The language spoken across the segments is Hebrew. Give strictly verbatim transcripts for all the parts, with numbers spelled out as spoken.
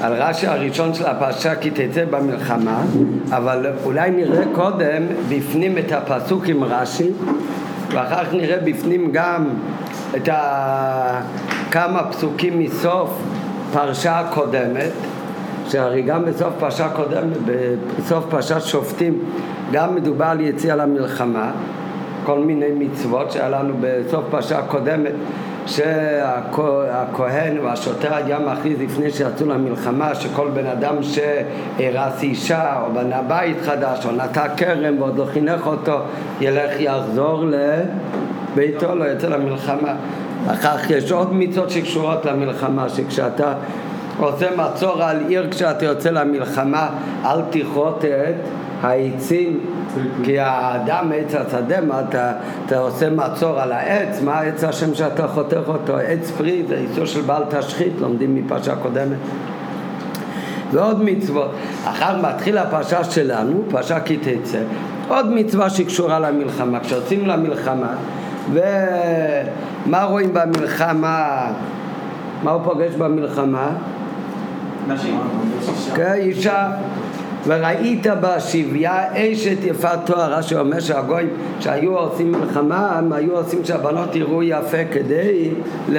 על רש"י הראשון של הפרשה כי תצא במלחמה, אבל אולי נראה קודם בפנים את הפסוק עם רש"י, ואחר כך נראה בפנים גם את ה... כמה פסוקים מסוף פרשה הקודמת, שהרי גם בסוף פרשה קודמת, בסוף פרשת שופטים, גם מדובר על יציאה למלחמה, כל מיני מצוות שהיה לנו בסוף פרשה הקודמת, שהכהן והשוטר היה מכריז לפני שיצאו למלחמה שכל בן אדם שהרס אישה או בנה בית חדש או נטע כרם ועוד לא חינך אותו ילך יחזור לביתו, לא יצא למלחמה. אחר כך יש עוד מצוות שקשורות למלחמה, שכשאתה עושה מצור על עיר כשאתה יוצא למלחמה אל תכרות את העצים, כי האדם עץ השדה, מה אתה, אתה עושה מצור על העץ, מה העץ השם שאתה חותך אותו? עץ פרי, זה איסור של בעל תשחית, לומדים מפרשה קודמת. ועוד מצוות. אחר מתחיל הפרשה שלנו, פרשה כי תצא, עוד מצווה שקשורה למלחמה. כשיוצאים למלחמה, ומה רואים במלחמה? מה הוא פוגש במלחמה? נשים. כן, אישה. וראית בשביה אשת יפת תואר, רש"י אומר שהגויים שהיו עושים מלחמה, הם היו עושים שהבנות יראו יפה כדי ל...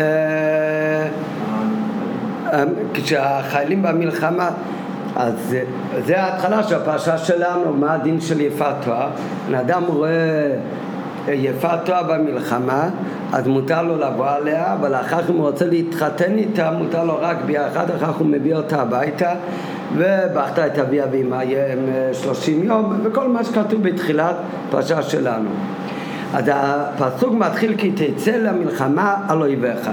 כשהחיילים במלחמה. אז זה, זה ההתחלה של הפרשה שלנו, מה הדין של יפת תואר. אדם רואה יפת תואר במלחמה, אז מותר לו לבוא עליה, אבל אחר כך אם הוא רוצה להתחתן איתה, מותר לו רק ביחד, אחר כך הוא מביא אותה הביתה, ובחת את אביה ואמא שלושים יום, וכל מה שכתוב בתחילת פרשה שלנו. אז הפסוק מתחיל כי תצא למלחמה על אויביך.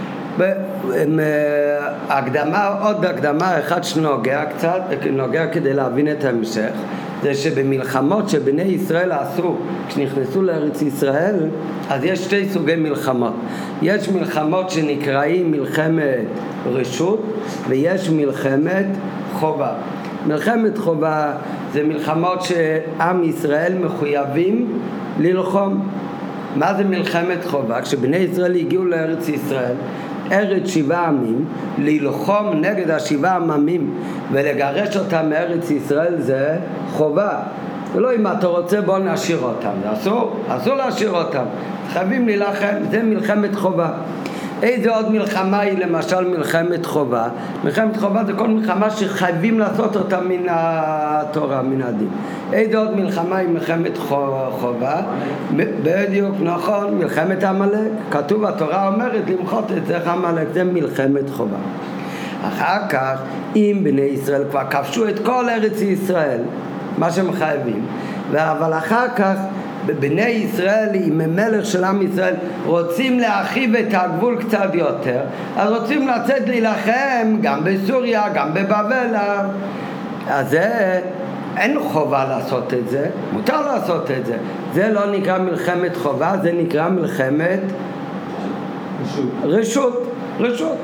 הקדמה, עוד הקדמה אחת שנוגע קצת, נוגע כדי להבין את ההמשך, זה שבמלחמות שבני ישראל עשו כשנכנסו לארץ ישראל, אז יש שתי סוגי מלחמות. יש מלחמות שנקראים מלחמת רשות, ויש מלחמת חובה. מלחמת חובה זה מלחמות שעם ישראל מחויבים ללחום. מה זה מלחמת חובה? כשבני ישראל הגיעו לארץ ישראל, ארץ שבעה עמים, ללחום נגד השבעה עמים ולגרש אותם מארץ ישראל זה חובה. ולא אם אתה רוצה בוא נשאיר אותם, זה אסור, אסור להשאיר אותם, חייבים להילחם, זה מלחמת חובה. איזה עוד מלחמה היא למשל מלחמת חובה? מלחמת חובה זה כל מלחמה שחייבים לעשות אותה מן התורה, מן הדין. איזה עוד מלחמה היא מלחמת חובה? בדיוק, נכון, מלחמת עמלק. כתוב, התורה אומרת למחות את זה עמלק, זה מלחמת חובה. אחר כך, אם בני ישראל כבר כבשו את כל ארץ ישראל, מה שהם חייבים, אבל אחר כך בני ישראל עם המלך של עם ישראל רוצים להרחיב את הגבול קצת יותר, אז רוצים לצאת להילחם גם בסוריה, גם בבבל. אז זה אין חובה לעשות את זה, מותר לעשות את זה. זה לא נקרא מלחמת חובה, זה נקרא מלחמת רשות. רשות, רשות.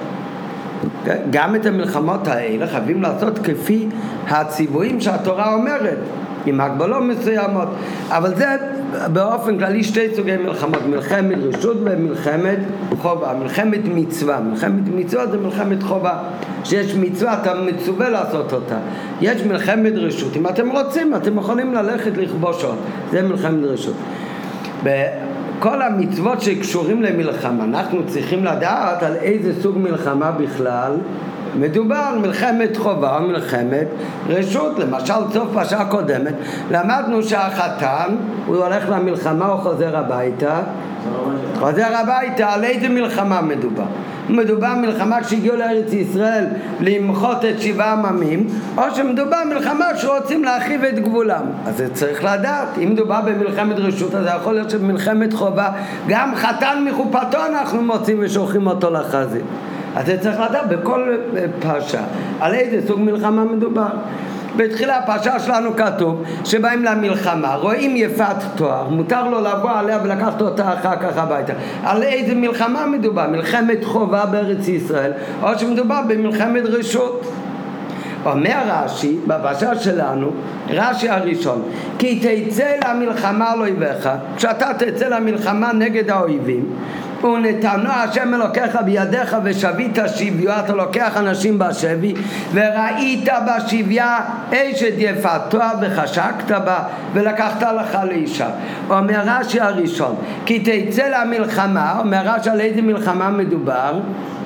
גם את המלחמות האלה חייבים לעשות כפי הציוויים שהתורה אומרת, עם הגבלות מסוימות. אבל זה באופן כללי שתי סוגי מלחמות, מלחמת רשות ומלחמת חובה. מלחמת מצווה, מלחמת מצווה זה מלחמת חובה, שיש מצווה אתה מצווה לעשות אותה. יש מלחמת רשות, אם אתם רוצים אתם יכולים ללכת לכבוש עוד, זה מלחמת רשות. בכל המצוות שקשורים למלחמה אנחנו צריכים לדעת על איזה סוג מלחמה בכלל מדובר, על מלחמת חובה או מלחמת רשות. למשל סוף פרשה הקודמת למדנו שהחתן הוא הולך למלחמה או חוזר הביתה, חוזר הביתה. על איזה מלחמה מדובר? מדובר מלחמה כשהגיעו לארץ ישראל למחות את שבעה עמים, או שמדובר מלחמה שרוצים להרחיב את גבולם. אז זה צריך לדעת, אם מדובר במלחמת רשות אז זה יכול להיות שבמלחמת חובה גם חתן מחופתו אנחנו מוצאים ושולחים אותו לחזית. אז זה צריך לדעת בכל פרשה על איזה סוג מלחמה מדובר. בתחילה הפרשה שלנו כתוב שבאים למלחמה, רואים יפת תואר, מותר לו לבוא עליה ולקחת אותה אחר כך הביתה. על איזה מלחמה מדובר? מלחמת חובה בארץ ישראל, או שמדובר במלחמת רשות? אומר רש"י בפרשה שלנו, רש"י הראשון, כי תצא למלחמה על אויביך, כשאתה תצא למלחמה נגד האויבים, ונתנו השם אלוקיך בידיך ושבית שבייה, אתה לוקח אנשים בשבי וראית בשביה אשת יפתיה וחשקת בה ולקחת לך לאישה. אומר רש"י הראשון, כי תצא למלחמה, אומר רש"י על איזה מלחמה מדובר?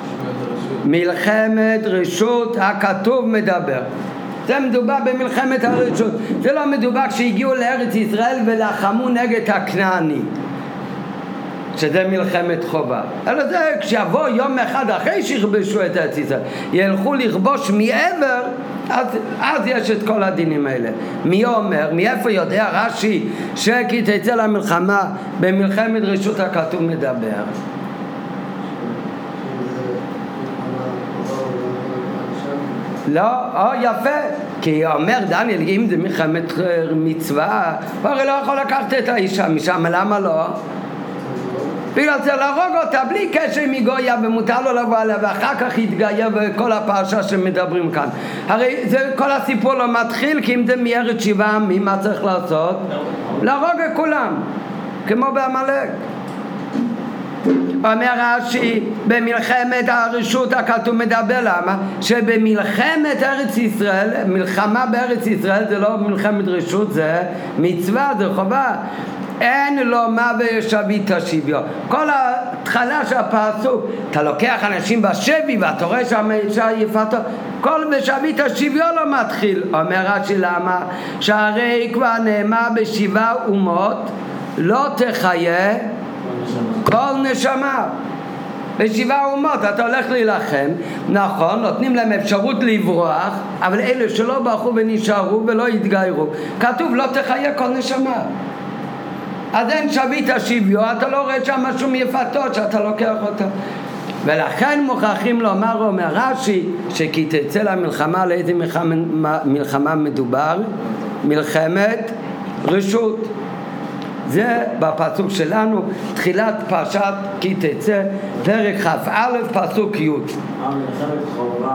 מלחמת רשות, הכתוב מדבר. זה מדובר במלחמת הרשות, זה לא מדובר כשהגיעו לארץ ישראל ולחמו נגד הכנעני, שזה מלחמת חובה, אלא זה כשיבוא יום אחד אחרי שיכבשו את ארץ ישראל ילכו לכבוש מעבר, אז, אז יש את כל הדינים האלה. מי אומר, מאיפה יודע רש"י שכי תצא למלחמה במלחמת רשות הכתוב מדבר? לא, או יפה, כי אומר דניאל, אם זה מלחמת מצווה, הוא הרי לא יכול לקחת את האישה משם, למה לא? בגלל זה להרוג אותה בלי קשר עם גויה, ומותר לו לבוא עליה ואחר כך יתגייר וכל הפרשה שמדברים כאן. הרי זה, כל הסיפור לא מתחיל, כי אם זה מארץ שבעה עמים, מה צריך לעשות? להרוג את כולם, כמו בעמלק. אומר רש"י, במלחמת הרשות הכתוב מדבר, למה? שבמלחמת ארץ ישראל, מלחמה בארץ ישראל זה לא מלחמת רשות, זה מצווה, זה חובה. אין לו מה ושבית שבייה. כל ההתחלה של הפסוק, אתה לוקח אנשים בשבי ואתה רואה שם אישה יפתיה, כל בשבית שבייה לא מתחיל. אומר רש"י למה? שהרי כבר נאמר בשבעה אומות לא תחיה כל נשמה. בשבעה אומות אתה הולך להילחם, נכון, נותנים להם אפשרות לברוח, אבל אלה שלא ברחו ונשארו ולא התגיירו, כתוב לא תחיה כל נשמה. אז אין שבית שבייה, אתה לא רואה שם שום יפתות שאתה לוקח אותה. ולכן מוכרחים לומר, אומר רש"י, שכי תצא למלחמה, לאיזה מלחמה, מלחמה מדובר? מלחמת רשות. זה בפסוק שלנו, תחילת פרשת כי תצא, פרק כ"א, פסוק י'. מלחמת חובה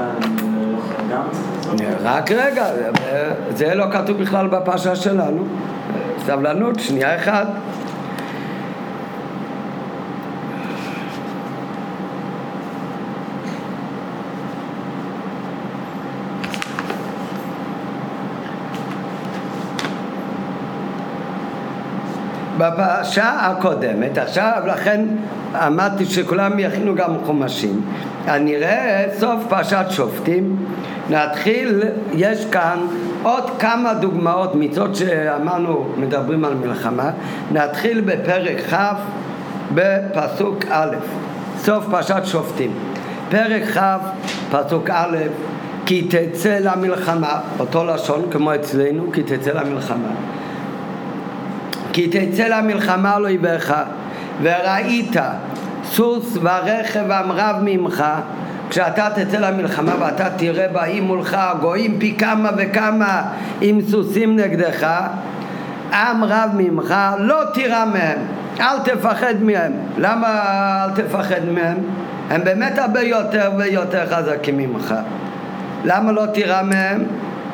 גם? רק רגע, זה לא כתוב בכלל בפרשה שלנו. סבלנות, שנייה אחת. בפרשה הקודמת, עכשיו לכן אמרתי שכולם יכינו גם חומשים, אני רואה סוף פרשת שופטים. נתחיל, יש כאן עוד כמה דוגמאות מצוות שאמרנו מדברים על מלחמה. נתחיל בפרק כ' בפסוק א', סוף פרשת שופטים, פרק כ' פסוק א', כי תצא למלחמה, אותו לשון כמו אצלנו, כי תצא למלחמה. כי תצא למלחמה לא יברך, וראית סוס ורכב רב ממך. כשאתה תצא למלחמה ואתה תראה באים מולך גויים פי כמה וכמה עם סוסים נגדך, עם רב ממך, לא תירא מהם, אל תפחד מהם. למה אל תפחד מהם? הם באמת הרבה יותר ויותר חזקים ממך. למה לא תירא מהם?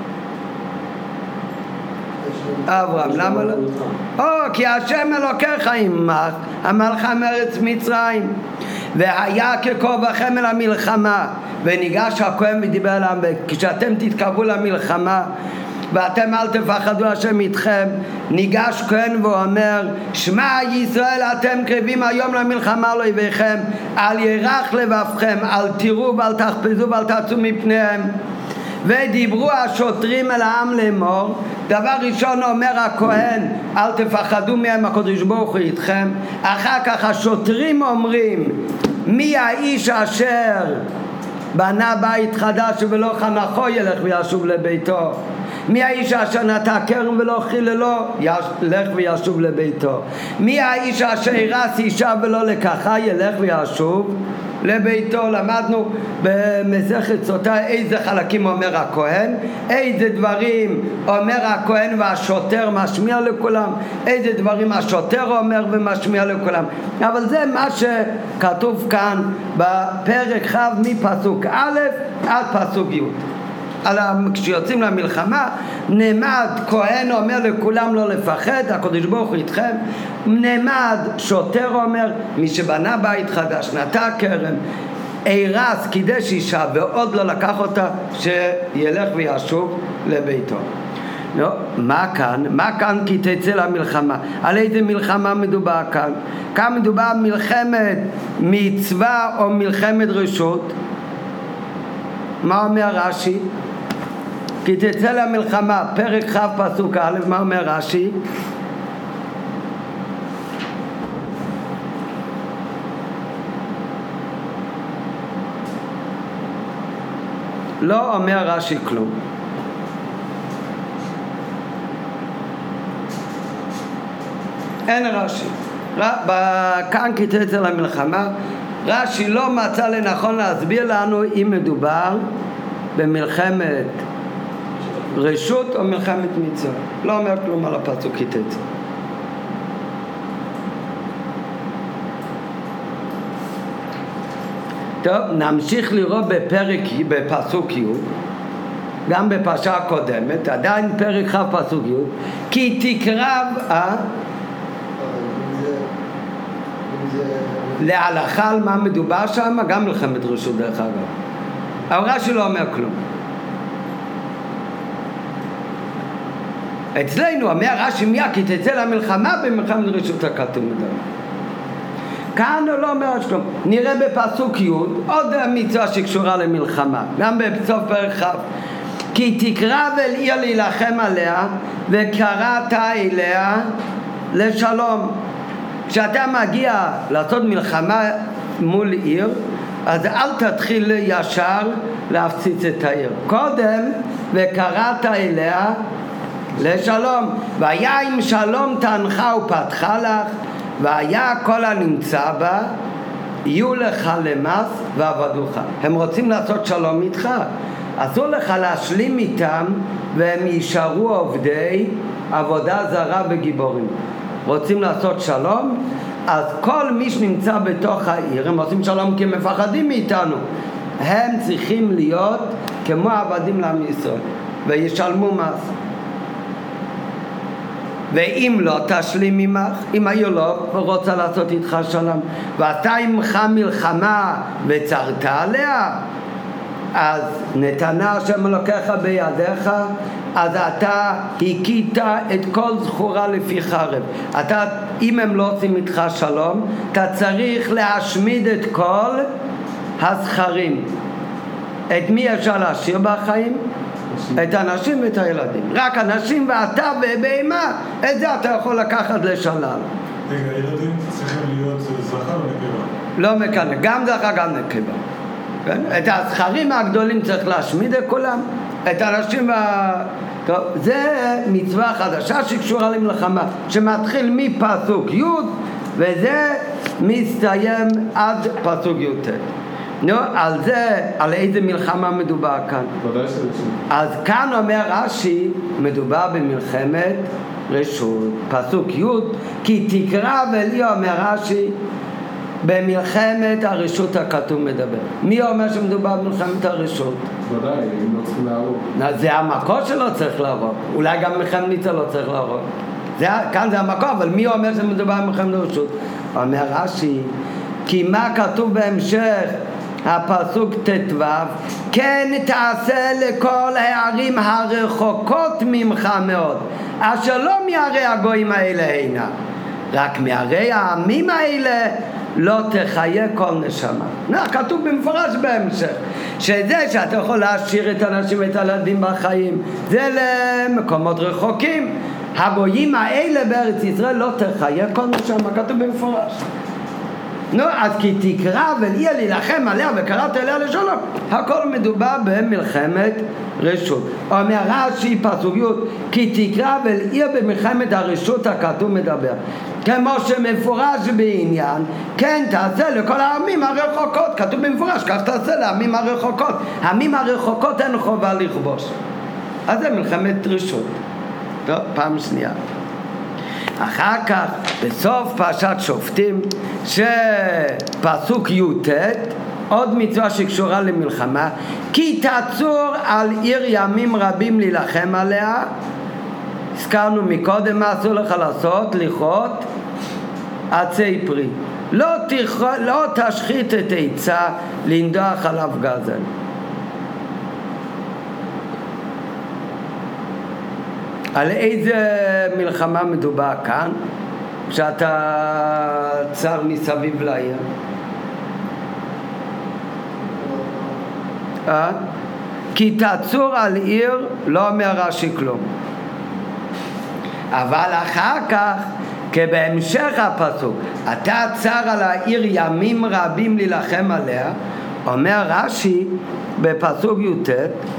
אברהם, למה לא? או, כי השם אלוקיך עמך, המלך מארץ מצרים. והיה כקרבכם אל המלחמה, וניגש הכהן ודיבר להם, כשאתם תתקרבו למלחמה ואתם אל תפחדו, השם איתכם. ניגש כהן ואומר, שמע ישראל, אתם קרבים היום למלחמה לאויביכם, אל ירח לבבכם, אל תראו ואל תחפזו ואל תצאו מפניהם. ודיברו השוטרים אל העם לאמור, דבר ראשון אומר הכהן, אל תפחדו מהם, הקדוש ברוך הוא איתכם. אחר כך השוטרים אומרים, מי האיש אשר בנה בית חדש ולא חנכו ילך וישוב לביתו? מי האיש אשר נטע כרם ולא חיללו ילך וישוב לביתו? מי האיש אשר הרס אישה ולא לקחה ילך וישוב לביתו? למדנו במסכת סוטה איזה חלקים אומר הכהן, איזה דברים אומר הכהן והשוטר משמיע לכולם, איזה דברים השוטר אומר ומשמיע לכולם. אבל זה מה שכתוב כאן בפרק כ' מפסוק א' עד פסוק י'. כשיוצאים למלחמה, נעמד כהן אומר לכולם לא לפחד, הקדוש ברוך הוא איתכם. נעמד שוטר אומר, מי שבנה בית חדש, נטע כרם, אירס, קידש אישה ועוד לא לקח אותה, שילך וישוב לביתו. לא, מה כאן? מה כאן כי תצא למלחמה? על איזה מלחמה מדובר כאן? כאן מדובר מלחמת מצווה או מלחמת רשות? מה אומר רש"י? כי תצא למלחמה, פרק כ' פסוק א', מה אומר רש"י? לא אומר רש"י כלום. אין רש"י. כאן כי תצא למלחמה, רש"י לא מצא לנכון להסביר לנו אם מדובר במלחמת רשות או מלחמת מצווה. לא אומר כלום על הפסוק כי תצא. טוב, נמשיך לראות בפרק, בפסוק י', גם בפרשה הקודמת, עדיין פרק כ' פסוק י', כי תקרב, אה? להלכה על מה מדובר שם, גם מלחמת רשות דרך אגב. אבל רש"י לא אומר כלום. אצלנו אומר רש"י מיד כי תצא למלחמה במלחמת רשות הכתוב מדבר. כאן הוא לא אומר כלום. נראה בפסוק י' עוד מצווה שקשורה למלחמה, גם בסוף פרק כ', כי תקרב אל עיר להילחם עליה וקראת אליה לשלום. כשאתה מגיע לעשות מלחמה מול עיר, אז אל תתחיל ישר להפציץ את העיר. קודם וקראת אליה לשלום, והיה עם שלום תנחה ופתחה לך, והיה כל הנמצא בה יהיו לך למס ועבדוך. הם רוצים לעשות שלום איתך, אסור לך להשלים איתם והם יישארו עובדי עבודה זרה וגיבורים. רוצים לעשות שלום, אז כל מי שנמצא בתוך העיר, הם עושים שלום כי הם מפחדים מאיתנו, הם צריכים להיות כמו עבדים לעם ישראל וישלמו מס. ואם לא תשלים עמך, אם העיר לא רוצה לעשות איתך שלום ואתה עמך מלחמה וצרת עליה, אז נתנה השם אלוקיך בידיך, אז אתה הכית את כל זכורה לפי חרב. אתה, אם הם לא עושים איתך שלום, אתה צריך להשמיד את כל הזכרים. את מי אפשר להשאיר בחיים? את הנשים ואת הילדים. רק הנשים ואתה ובהמה, את זה אתה יכול לקחת לשלל. רגע, ילדים צריכים להיות זכר או נקבה? לא מקנה, גם זכר גם נקבה. כן? את הזכרים הגדולים צריך להשמיד את כולם, את הנשים וה... טוב, זה מצווה חדשה שקשורה למלחמה, שמתחיל מפסוק י' וזה מסתיים עד פסוק י'. נו, על זה, על איזה מלחמה מדובר כאן? אז כאן אומר רש"י, מדובר במלחמת רשות. פסוק י', כי תקרב אלי, אומר רש"י, במלחמת הרשות הכתוב מדבר. מי אומר שמדובר במלחמת הרשות? ודאי, הם לא צריכים להרוג. זה המקור שלא צריך להרוג. אולי גם מלחמת מצווה לא צריך להרוג. זה, כאן זה המקור, אבל מי אומר שמדובר במלחמת הרשות? אומר רש"י, כי מה כתוב בהמשך הפסוק ט"ו, כן תעשה לכל הערים הרחוקות ממך מאוד, אשר לא מערי הגויים האלה הנה, רק מערי העמים האלה לא תחיה כל נשמה. נה, כתוב במפורש בהמשך שזה שאתה יכול להשאיר את האנשים ואת הילדים בחיים, זה למקומות רחוקים. הגויים האלה בארץ ישראל לא תחיה כל נשמה, כתוב במפורש. נו, אז כי תקרא וליה להילחם עליה וקראת אליה לשלום, הכל מדובר במלחמת רשות. אומר רש"י פסוק י', כי תקרא וליה במלחמת הרשות הכתוב מדבר, כמו שמפורש בעניין כן תעשה לכל העמים הרחוקות, כתוב במפורש כך תעשה לעמים הרחוקות. העמים הרחוקות אין חובה לכבוש, אז זה מלחמת רשות. טוב, פעם שנייה. אחר כך בסוף פרשת שופטים שפסוק י"ט עוד מצווה שקשורה למלחמה, כי תעצור על עיר ימים רבים להילחם עליה. הזכרנו מקודם מה אסור לך לעשות, לכרות עצי פרי. לא, תכ... לא תשחית את עצה לנדוח עליו גזל. על איזה מלחמה מדובר כאן? שאתה צר מסביב לעיר. אה? כי תעצור על עיר לא אומר רש"י כלום. אבל אחר כך, כבהמשך הפסוק, אתה צר על העיר ימים רבים להילחם עליה, אומר רש"י בפסוק י"ט,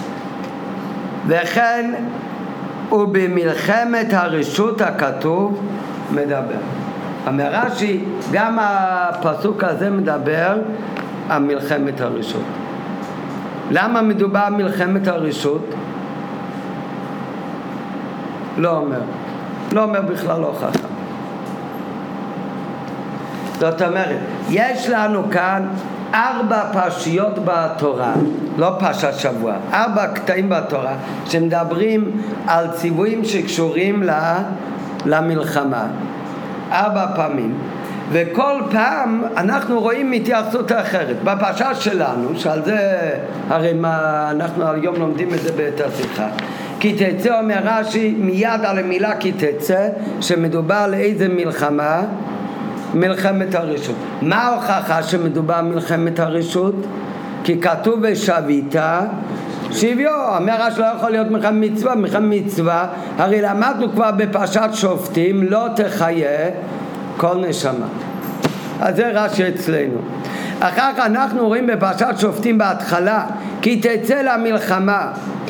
וכן ובמלחמת הרשות הכתוב מדבר. אומר רש"י, גם הפסוק הזה מדבר על מלחמת הרשות. למה מדובר על מלחמת הרשות? לא אומר. לא אומר בכלל לא חכם. זאת אומרת, יש לנו כאן ארבע פרשיות בתורה, לא פרשת שבוע, ארבע קטעים בתורה שמדברים על ציוויים שקשורים למלחמה. ארבע פעמים. וכל פעם אנחנו רואים התייחסות אחרת. בפרשה שלנו, שעל זה הרי מה, אנחנו היום לומדים את זה בעת השיחה. כי תצא, אומר רש"י, מיד על המילה כי תצא, שמדובר על איזה מלחמה? מלחמת הרשות. מה ההוכחה שמדובר על מלחמת הרשות? כי כתוב ושבית שוויו. אומר רש"י, לא יכול להיות מלחמת מצווה. מלחמת מצווה, הרי למדנו כבר בפרשת שופטים, לא תחיה כל נשמה. אז זה רש"י אצלנו. אחר כך אנחנו רואים בפרשת שופטים בהתחלה, כי תצא למלחמה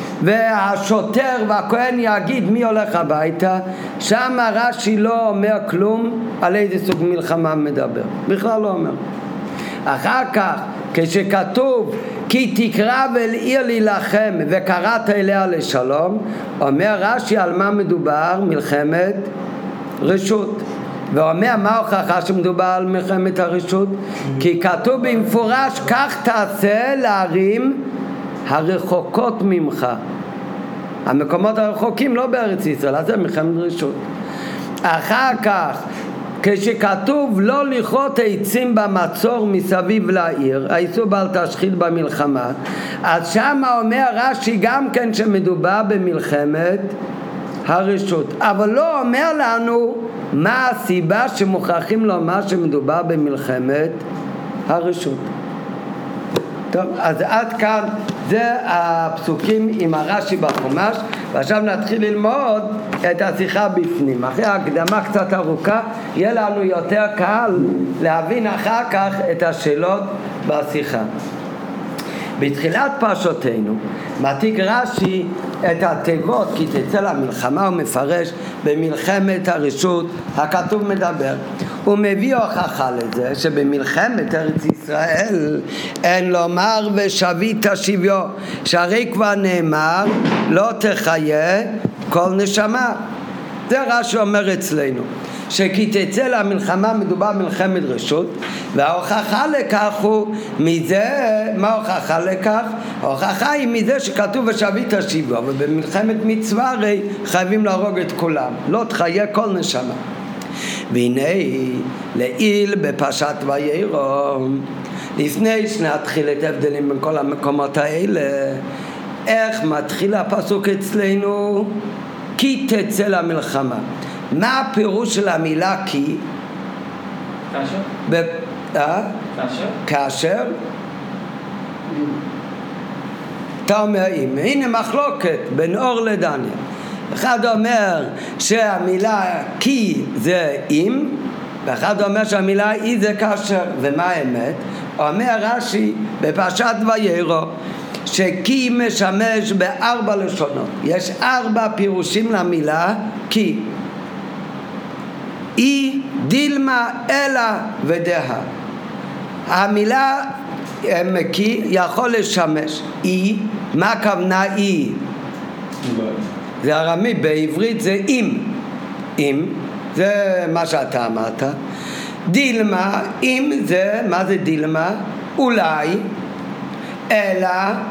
והשוטר והכהן יגיד מי הולך הביתה. שם רש"י לא אומר כלום על איזה סוג מלחמה מדבר, בכלל לא אומר. אחר כך כשכתוב כי תקרב אל עיר להילחם וקראת אליה לשלום, אומר רש"י על מה מדובר? מלחמת רשות. ואומר מה ההוכחה שמדובר על מלחמת הרשות? כי כתוב במפורש כך תעשה לערים הרחוקות ממך. המקומות הרחוקים לא בארץ ישראל, אז זה מלחמת רשות. אחר כך כשכתוב לא לכרות עצים במצור מסביב לעיר, האיסור בל תשחית במלחמה, אז שם אומר רש"י גם כן שמדובר במלחמת הרשות, אבל לא אומר לנו מה הסיבה שמוכרחים לומר שמדובר במלחמת הרשות. טוב, אז עד כאן זה הפסוקים עם הרש"י בחומש, ועכשיו נתחיל ללמוד את השיחה בפנים. אחרי הקדמה קצת ארוכה יהיה לנו יותר קל להבין אחר כך את השאלות בשיחה. בתחילת פרשותינו מעתיק רש"י את התיבות כי תצא למלחמה, הוא מפרש במלחמת הרשות הכתוב מדבר. הוא מביא הוכחה לזה שבמלחמת ארץ ישראל אין לומר ושבית שוויו, שהרי כבר נאמר לא תחיה כל נשמה. זה רש"י אומר אצלנו, שכי תצא למלחמה מדובר מלחמת רשות, וההוכחה לכך הוא מזה, מה ההוכחה לכך? ההוכחה היא מזה שכתוב ושבית שוויו, ובמלחמת מצווה הרי חייבים להרוג את כולם, לא תחיה כל נשמה. והנה לעיל בפרשת וירא, לפני שנתחיל את ההבדלים בין כל המקומות האלה, איך מתחיל הפסוק אצלנו? כי תצא למלחמה. מה הפירוש של המילה כי? כאשר? ב... אה? כאשר? כאשר? אתה אומר אם. הנה מחלוקת בין אור לדניאל. אחד אומר שהמילה כי זה אם, ואחד אומר שהמילה אי זה כאשר. ומה האמת? אומר רש"י בפרשת וירא שכי משמש בארבע לשונות. יש ארבע פירושים למילה כי. אי, דילמה, אלה ודעה. המילה כי יכול לשמש. אי, מה הכוונה אי? זה ארמי, בעברית זה אם. אם, זה מה שאתה אמרת. דילמה, אם זה, מה זה דילמה? אולי, אלא,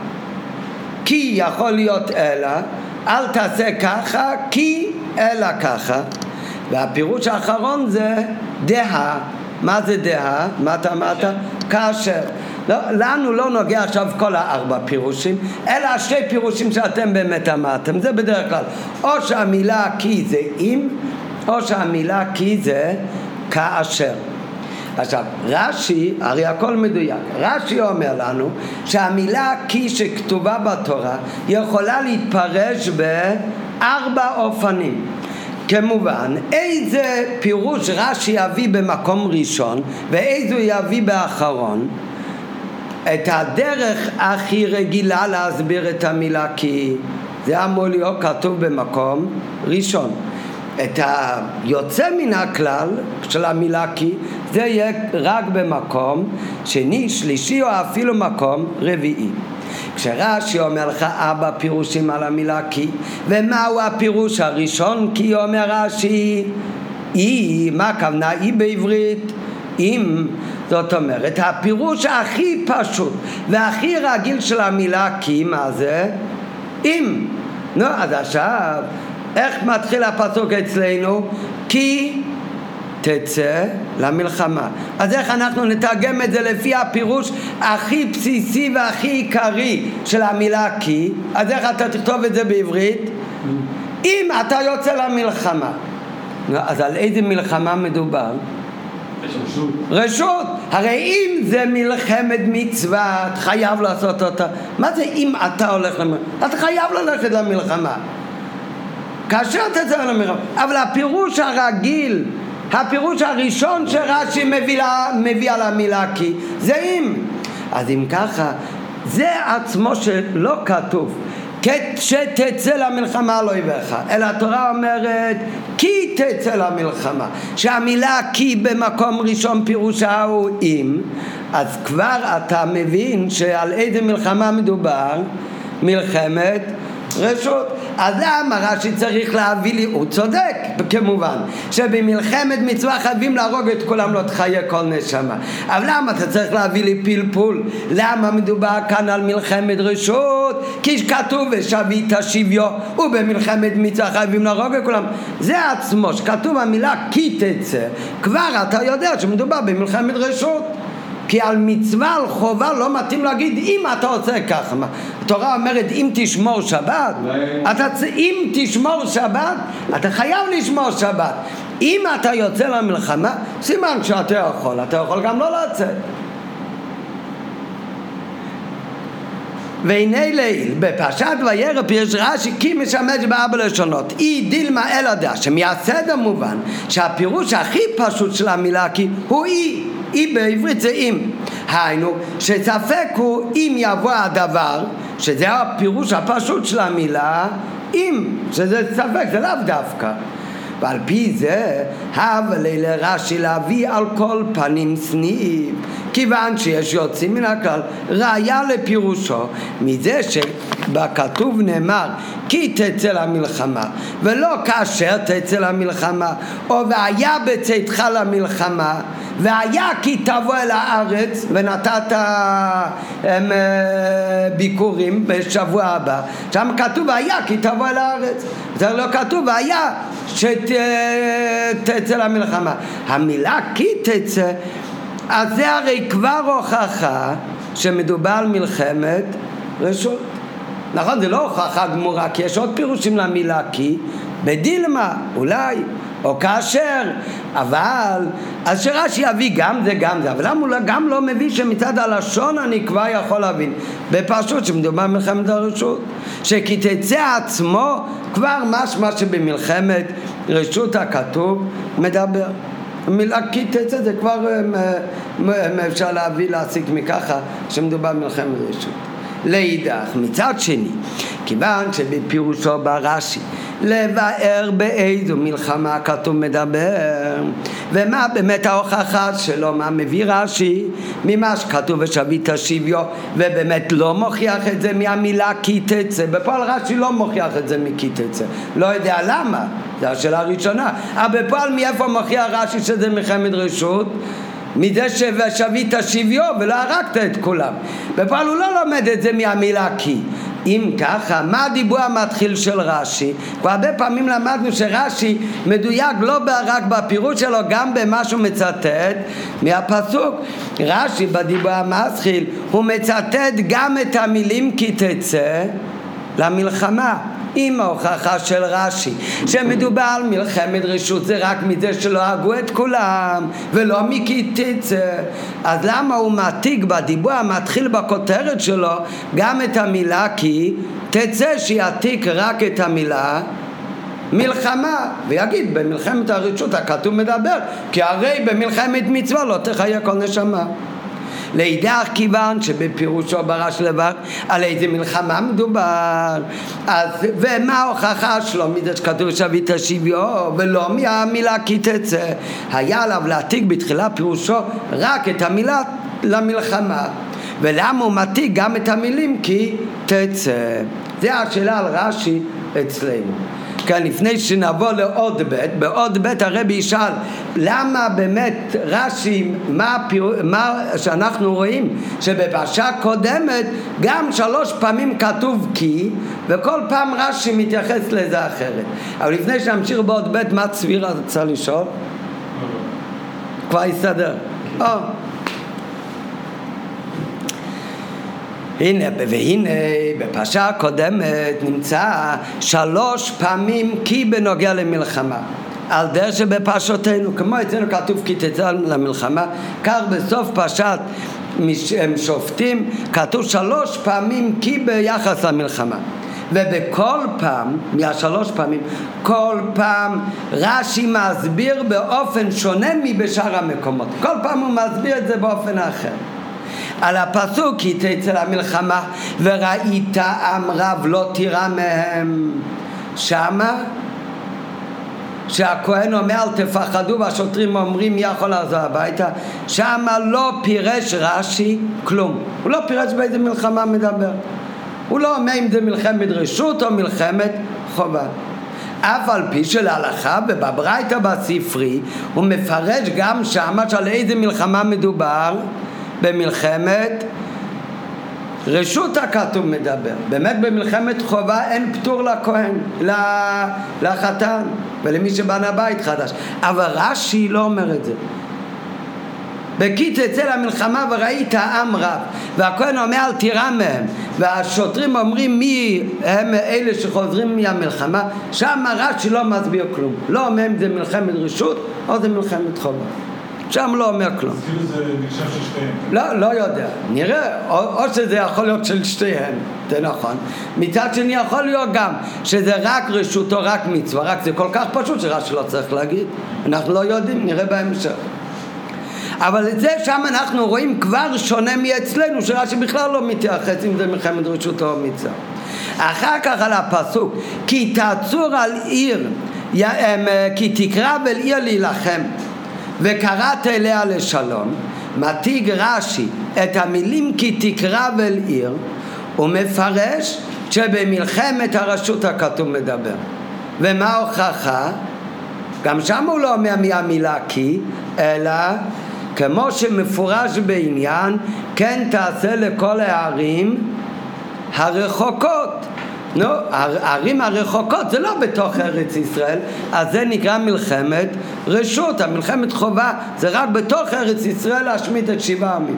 כי יכול להיות אלא, אל תעשה ככה, כי אלא ככה. והפירוש האחרון זה דעה. מה זה דעה? מה אתה אמרת? כאשר. לא, לנו לא נוגע עכשיו כל הארבע פירושים, אלא השתי פירושים שאתם באמת אמרתם. זה בדרך כלל או שהמילה כי זה אם, או שהמילה כי זה כאשר. עכשיו, רש"י, הרי הכל מדויק, רש"י אומר לנו שהמילה כי שכתובה בתורה יכולה להתפרש בארבע אופנים. כמובן, איזה פירוש רש"י יביא במקום ראשון ואיזה יביא באחרון. את הדרך הכי רגילה להסביר את המילה כי זה אמור להיות כתוב במקום ראשון. את היוצא מן הכלל של המילה כי זה יהיה רק במקום שני, שלישי או אפילו מקום רביעי. כשרש"י אומר לך ארבע פירושים על המילה כי, ומהו הפירוש הראשון? כי אומר רש"י היא, מה הכוונה? היא בעברית אם. זאת אומרת, הפירוש הכי פשוט והכי רגיל של המילה כי, מה זה? אם. נו, אז עכשיו איך מתחיל הפסוק אצלנו? כי תצא למלחמה. אז איך אנחנו נתרגם את זה לפי הפירוש הכי בסיסי והכי עיקרי של המילה כי? אז איך אתה תכתוב את זה בעברית? אם אתה יוצא למלחמה. אז על איזה מלחמה מדובר? רשות. רשות. הרי אם זה מלחמת מצווה, אתה חייב לעשות אותה. מה זה אם אתה הולך למלחמה? אתה חייב ללכת למלחמה כאשר תצא למלחמה. אבל הפירוש הרגיל, הפירוש הראשון שרש"י מביא, מביא על המילה כי זה אם. אז אם ככה, זה עצמו שלא כתוב שתצא למלחמה לא יברך, אלא התורה אומרת כי תצא למלחמה, שהמילה כי במקום ראשון פירושה הוא אם. אז כבר אתה מבין שעל איזה מלחמה מדובר? מלחמת רשות. אז למה רש"י צריך להביא לי? הוא צודק כמובן שבמלחמת מצווה חייבים להרוג את כולם, לא תחיה כל נשמה. אבל למה אתה צריך להביא לי פלפול? למה מדובר כאן על מלחמת רשות? כי כתוב ושבית שוויו, ובמלחמת מצווה חייבים להרוג את כולם. זה עצמו שכתוב המילה כי תצא, כבר אתה יודע שמדובר במלחמת רשות. כי על מצווה, על חובה, לא מתאים להגיד אם אתה עושה ככה. התורה אומרת אם תשמור שבת, אתה, אם תשמור שבת, אתה חייב לשמור שבת. אם אתה יוצא למלחמה, סימן שאתה יכול, אתה יכול גם לא לצאת. והנה לעיל, בפרשת וירא יש רש"י כי משמש בארבע לשונות. אי דילמה אלא דעה, שמייסד המובן שהפירוש הכי פשוט של המילה כי הוא אי. אי בעברית זה אם. היינו, שספק הוא אם יבוא הדבר, שזה הפירוש הפשוט של המילה אם, שזה ספק, זה לאו דווקא. ועל פי זה הווה לרש"י להביא על כל פנים סניף, כיוון שיש יוצאים מן הכלל ראיה לפירושו מזה שבכתוב נאמר כי תצא למלחמה ולא כאשר תצא למלחמה, או והיה בצאתך למלחמה, והיה כי תבוא אל הארץ ונתת הם, ביקורים בשבוע הבא. שם כתוב היה כי תבוא אל הארץ, זה לא כתוב היה שתצא למלחמה. המילה כי תצא, אז זה הרי כבר הוכחה שמדובר על מלחמת רשות. נכון, זה לא הוכחה גמורה, כי יש עוד פירושים למילה כי, בדילמה אולי, או כאשר, אבל אז שרש"י יביא גם זה גם זה, אבל למה הוא גם לא מביא שמצד הלשון אני כבר יכול להבין בפרשות שמדובר במלחמת הרשות, שכי תצא עצמו כבר משמע שבמלחמת רשות הכתוב מדבר. המילה כי תצא זה כבר אפשר להביא להסיק מככה שמדובר במלחמת רשות. להידך מצד שני, כיוון שבפירושו ברש"י לבאר באיזו מלחמה כתוב מדבר, ומה באמת ההוכחה שלו, מה מביא רש"י ממה שכתוב ושבית שוויו, ובאמת לא מוכיח את זה מהמילה כי תצא. בפועל רש"י לא מוכיח את זה מכי תצא, לא יודע למה, זה השאלה הראשונה. אבל בפועל מאיפה מוכיח רש"י שזה מלחמת רשות? מזה ששבית שוויו ולא הרגת את כולם. בפועל הוא לא לומד את זה מהמילה כי. אם ככה, מה הדיבור המתחיל של רש"י? כבר הרבה פעמים למדנו שרש"י מדויק לא רק בפירוש שלו, גם במה שהוא מצטט מהפסוק. רש"י בדיבור המתחיל הוא מצטט גם את המילים כי תצא למלחמה, עם ההוכחה של רש"י שמדובר על מלחמת רשות, זה רק מזה שלא הגו את כולם ולא מכי תצא. אז למה הוא מעתיק בדיבור המתחיל בכותרת שלו גם את המילה כי תצא, שיעתיק רק את המילה מלחמה ויגיד במלחמת הרשות הכתוב מדבר כי הרי במלחמת מצווה לא תחיה כל נשמה. לידך כיוון שבפירושו ברש לבד על איזה מלחמה מדובר, אז ומה ההוכחה שלו מזה שכתוב שבית שוויו ולא מהמילה כי תצא? היה עליו להעתיק בתחילה פירושו רק את המילה למלחמה, ולמה הוא מעתיק גם את המילים כי תצא? זה השאלה על רש"י אצלנו. כאן לפני שנבוא לעוד בית, בעוד בית הרבי ישאל למה באמת רש"י, מה, מה שאנחנו רואים שבפרשה קודמת גם שלוש פעמים כתוב כי, וכל פעם רש"י מתייחס לזה אחרת. אבל לפני שנמשיך בעוד בית, מה צביר רצה לשאול? כבר יסתדר. או הנה, והנה בפרשה הקודמת נמצא שלוש פעמים כי בנוגע למלחמה, על דרך שבפרשותינו כמו אצלנו כתוב כי תצא למלחמה, כך בסוף פרשת שופטים כתוב שלוש פעמים כי ביחס למלחמה. ובכל פעם, מהשלוש פעמים, כל פעם רש"י מסביר באופן שונה מבשאר המקומות. כל פעם הוא מסביר את זה באופן אחר. על הפסוק כי תצא למלחמה וראית עם רב לא תירא מהם, שמה שהכהן אומר אל תפחדו והשוטרים אומרים מי יכול לחזור הביתה, שמה לא פירש רש"י כלום. הוא לא פירש באיזה מלחמה מדבר, הוא לא אומר אם זה מלחמת רשות או מלחמת חובה. אף על פי של ההלכה ובברייתא בספרי הוא מפרש גם שמה שעל איזה מלחמה מדובר, במלחמת רשות הכתוב מדבר. באמת במלחמת חובה אין פטור לכהן, לחתן ולמי שבנה בית חדש, אבל רש"י לא אומר את זה. וכי תצא למלחמה וראית עם רב, והכהן אומר אל תירא מהם, והשוטרים אומרים מי הם אלה שחוזרים מהמלחמה, שם רש"י לא מסביר כלום, לא אומר אם זה מלחמת רשות או זה מלחמת חובה, שם לא אומר כלום. אז כאילו זה נחשב של שתיהם? לא, לא יודע, נראה, או, או שזה יכול להיות של שתיהם, זה נכון. מצד שני יכול להיות גם שזה רק רשות או רק מצווה, רק זה כל כך פשוט שרש"י לא צריך להגיד, אנחנו לא יודעים, נראה בהמשך. אבל את זה שם אנחנו רואים כבר שונה מאצלנו, שרש"י בכלל לא מתייחס אם זה מלחמת רשות או מצווה. אחר כך על הפסוק כי תעצור על עיר, כי תקרב אל עיר להילחם וקראת אליה לשלום, מתיג רש"י את המילים כי תקרב אל עיר ומפרש שבמלחמת הרשות הכתוב מדבר. ומה ההוכחה? גם שם הוא לא אומר מהמילה כי, אלא כמו שמפורש בעניין כן תעשה לכל הערים הרחוקות. נו, הערים הרחוקות זה לא בתוך ארץ ישראל, אז זה נקרא מלחמת רשות. המלחמת חובה זה רק בתוך ארץ ישראל להשמיד את שבעה עמים.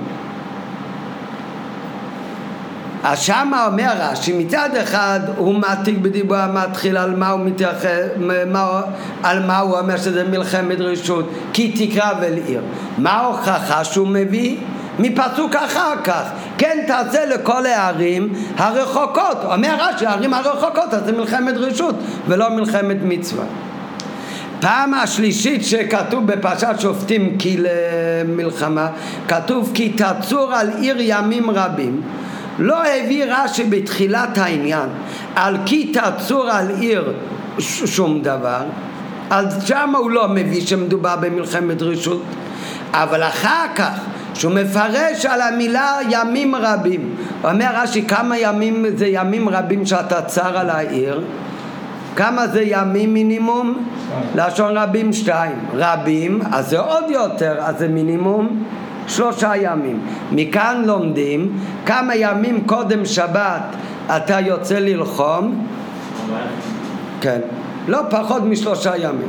אז שמה אומר רש"י מצד אחד הוא מעתיק בדיבור המתחיל על מה הוא מתייחס, על מה הוא אומר שזה מלחמת רשות כי תקרב אל עיר. מה ההוכחה שהוא מביא? מפסוק אחר כך כן תעשה לכל הערים הרחוקות. אומר רש"י הערים הרחוקות אז זה מלחמת רשות ולא מלחמת מצווה. פעם השלישית שכתוב בפרשת שופטים כי למלחמה כתוב כי תצור על עיר ימים רבים, לא הביא רש"י בתחילת העניין על כי תצור על עיר שום דבר, אז שם הוא לא מביא שמדובר במלחמת רשות. אבל אחר כך שהוא מפרש על המילה ימים רבים, אומר רש"י כמה ימים זה ימים רבים שאתה צר על העיר? כמה זה ימים מינימום? לשון רבים שתיים. רבים, אז זה עוד יותר, אז זה מינימום שלושה ימים. מכאן לומדים כמה ימים קודם שבת אתה יוצא ללחום? כן, לא פחות משלושה ימים.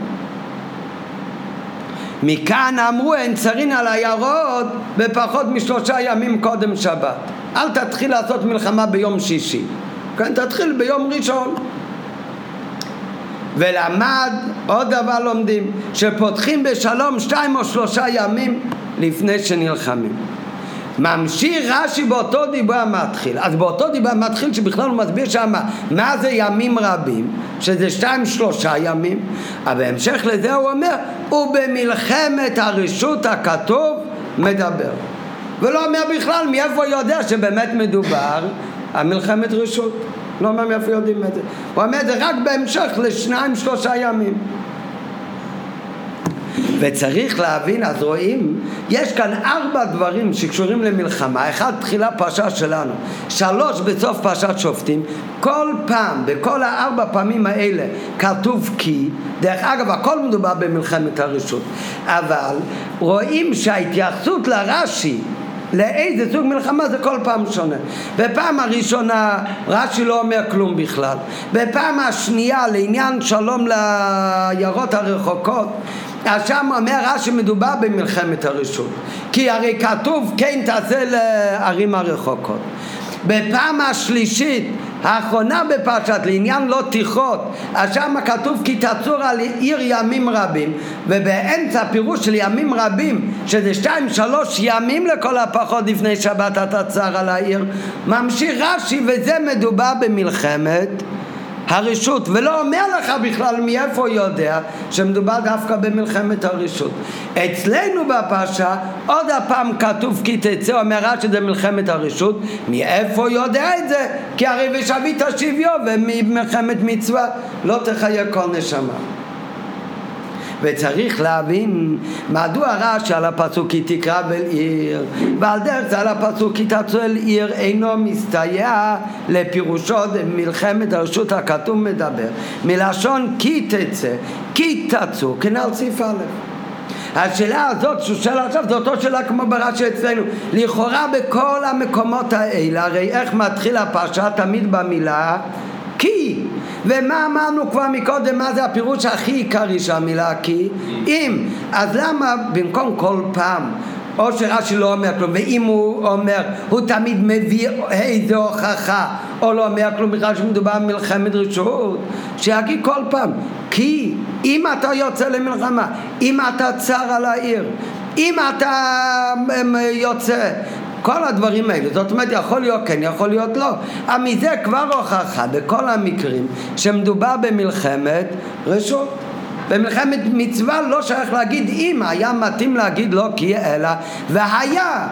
מכאן אמרו אין צרין על הירוד בפחות משלושה ימים קודם שבת. אל תתחיל לעשות מלחמה ביום שישי, כן, תתחיל ביום ראשון. ולמד עוד דבר לומדים, שפותחים בשלום שתיים או שלושה ימים לפני שנלחמים. ממשיך רש"י באותו דיבור המתחיל. אז באותו דיבור המתחיל שבכלל הוא מסביר שמה מה זה ימים רבים, שזה שתיים שלושה ימים, אבל בהמשך לזה הוא אומר ובמלחמת הרשות הכתוב מדבר, ולא אומר בכלל מאיפה יודע שבאמת מדובר על מלחמת רשות. לא אומר מאיפה יודעים את זה, הוא אומר זה רק בהמשך לשניים שלושה ימים. וצריך להבין, אז רואים, יש כאן ארבע דברים שקשורים למלחמה. אחד, תחילה פרשה שלנו, שלוש בסוף פרשת שופטים. כל פעם, בכל הארבע פעמים האלה כתוב כי, דרך אגב הכל מדובר במלחמת הרשות, אבל רואים שההתייחסות לרש"י לאיזה סוג מלחמה זה כל פעם שונה. בפעם הראשונה רש"י לא אומר כלום בכלל, בפעם השנייה לעניין שלום לעיירות הרחוקות, אז שם אומר רש"י מדובר במלחמת הרשות, כי הרי כתוב כן תעשה לערים הרחוקות. בפעם השלישית האחרונה בפרשת לעניין לא תיכות, אז שם כתוב כי תצור על עיר ימים רבים, ובאמצע פירוש של ימים רבים שזה שתיים שלוש ימים לכל הפחות לפני שבת אתה צר על העיר, ממשיך רש"י וזה מדובר במלחמת הרשות, ולא אומר לך בכלל מאיפה יודע שמדובר דווקא במלחמת הרשות. אצלנו בפרשה עוד הפעם כתוב כי תצא, אומר שזה מלחמת הרשות. מאיפה יודע את זה? כי הרי ושבית השוויו ומלחמת מצווה לא תחיה כל נשמה. וצריך להבין מדוע רש"י על הפסוק כי תקרב אל עיר ועל דרך זה על הפסוק כי תצאו אל עיר אינו מסתייע לפירושו מלחמת הרשות הכתוב מדבר מלשון כי תצא כי תצאו כנ"ל סעיף א'. השאלה הזאת שהוא שואל עכשיו זה אותו שאלה כמו ברש"י אצלנו, לכאורה בכל המקומות האלה הרי איך מתחיל הפרשה? תמיד במילה כי. ומה אמרנו כבר מקודם, מה זה הפירוש הכי עיקרי של המילה כי? אם. אז למה במקום כל פעם או שרש"י לא אומר כלום, ואם הוא אומר הוא תמיד מביא איזו הוכחה או לא אומר כלום בכלל שמדובר במלחמת רשות, שיגיד כל פעם כי אם אתה יוצא למלחמה, אם אתה צר על העיר, אם אתה יוצא, כל הדברים האלה, זאת אומרת יכול להיות כן, יכול להיות לא, אבל מזה כבר הוכחה בכל המקרים שמדובר במלחמת רשות. במלחמת מצווה לא שייך להגיד אם, היה מתאים להגיד לא כי אלא והיה.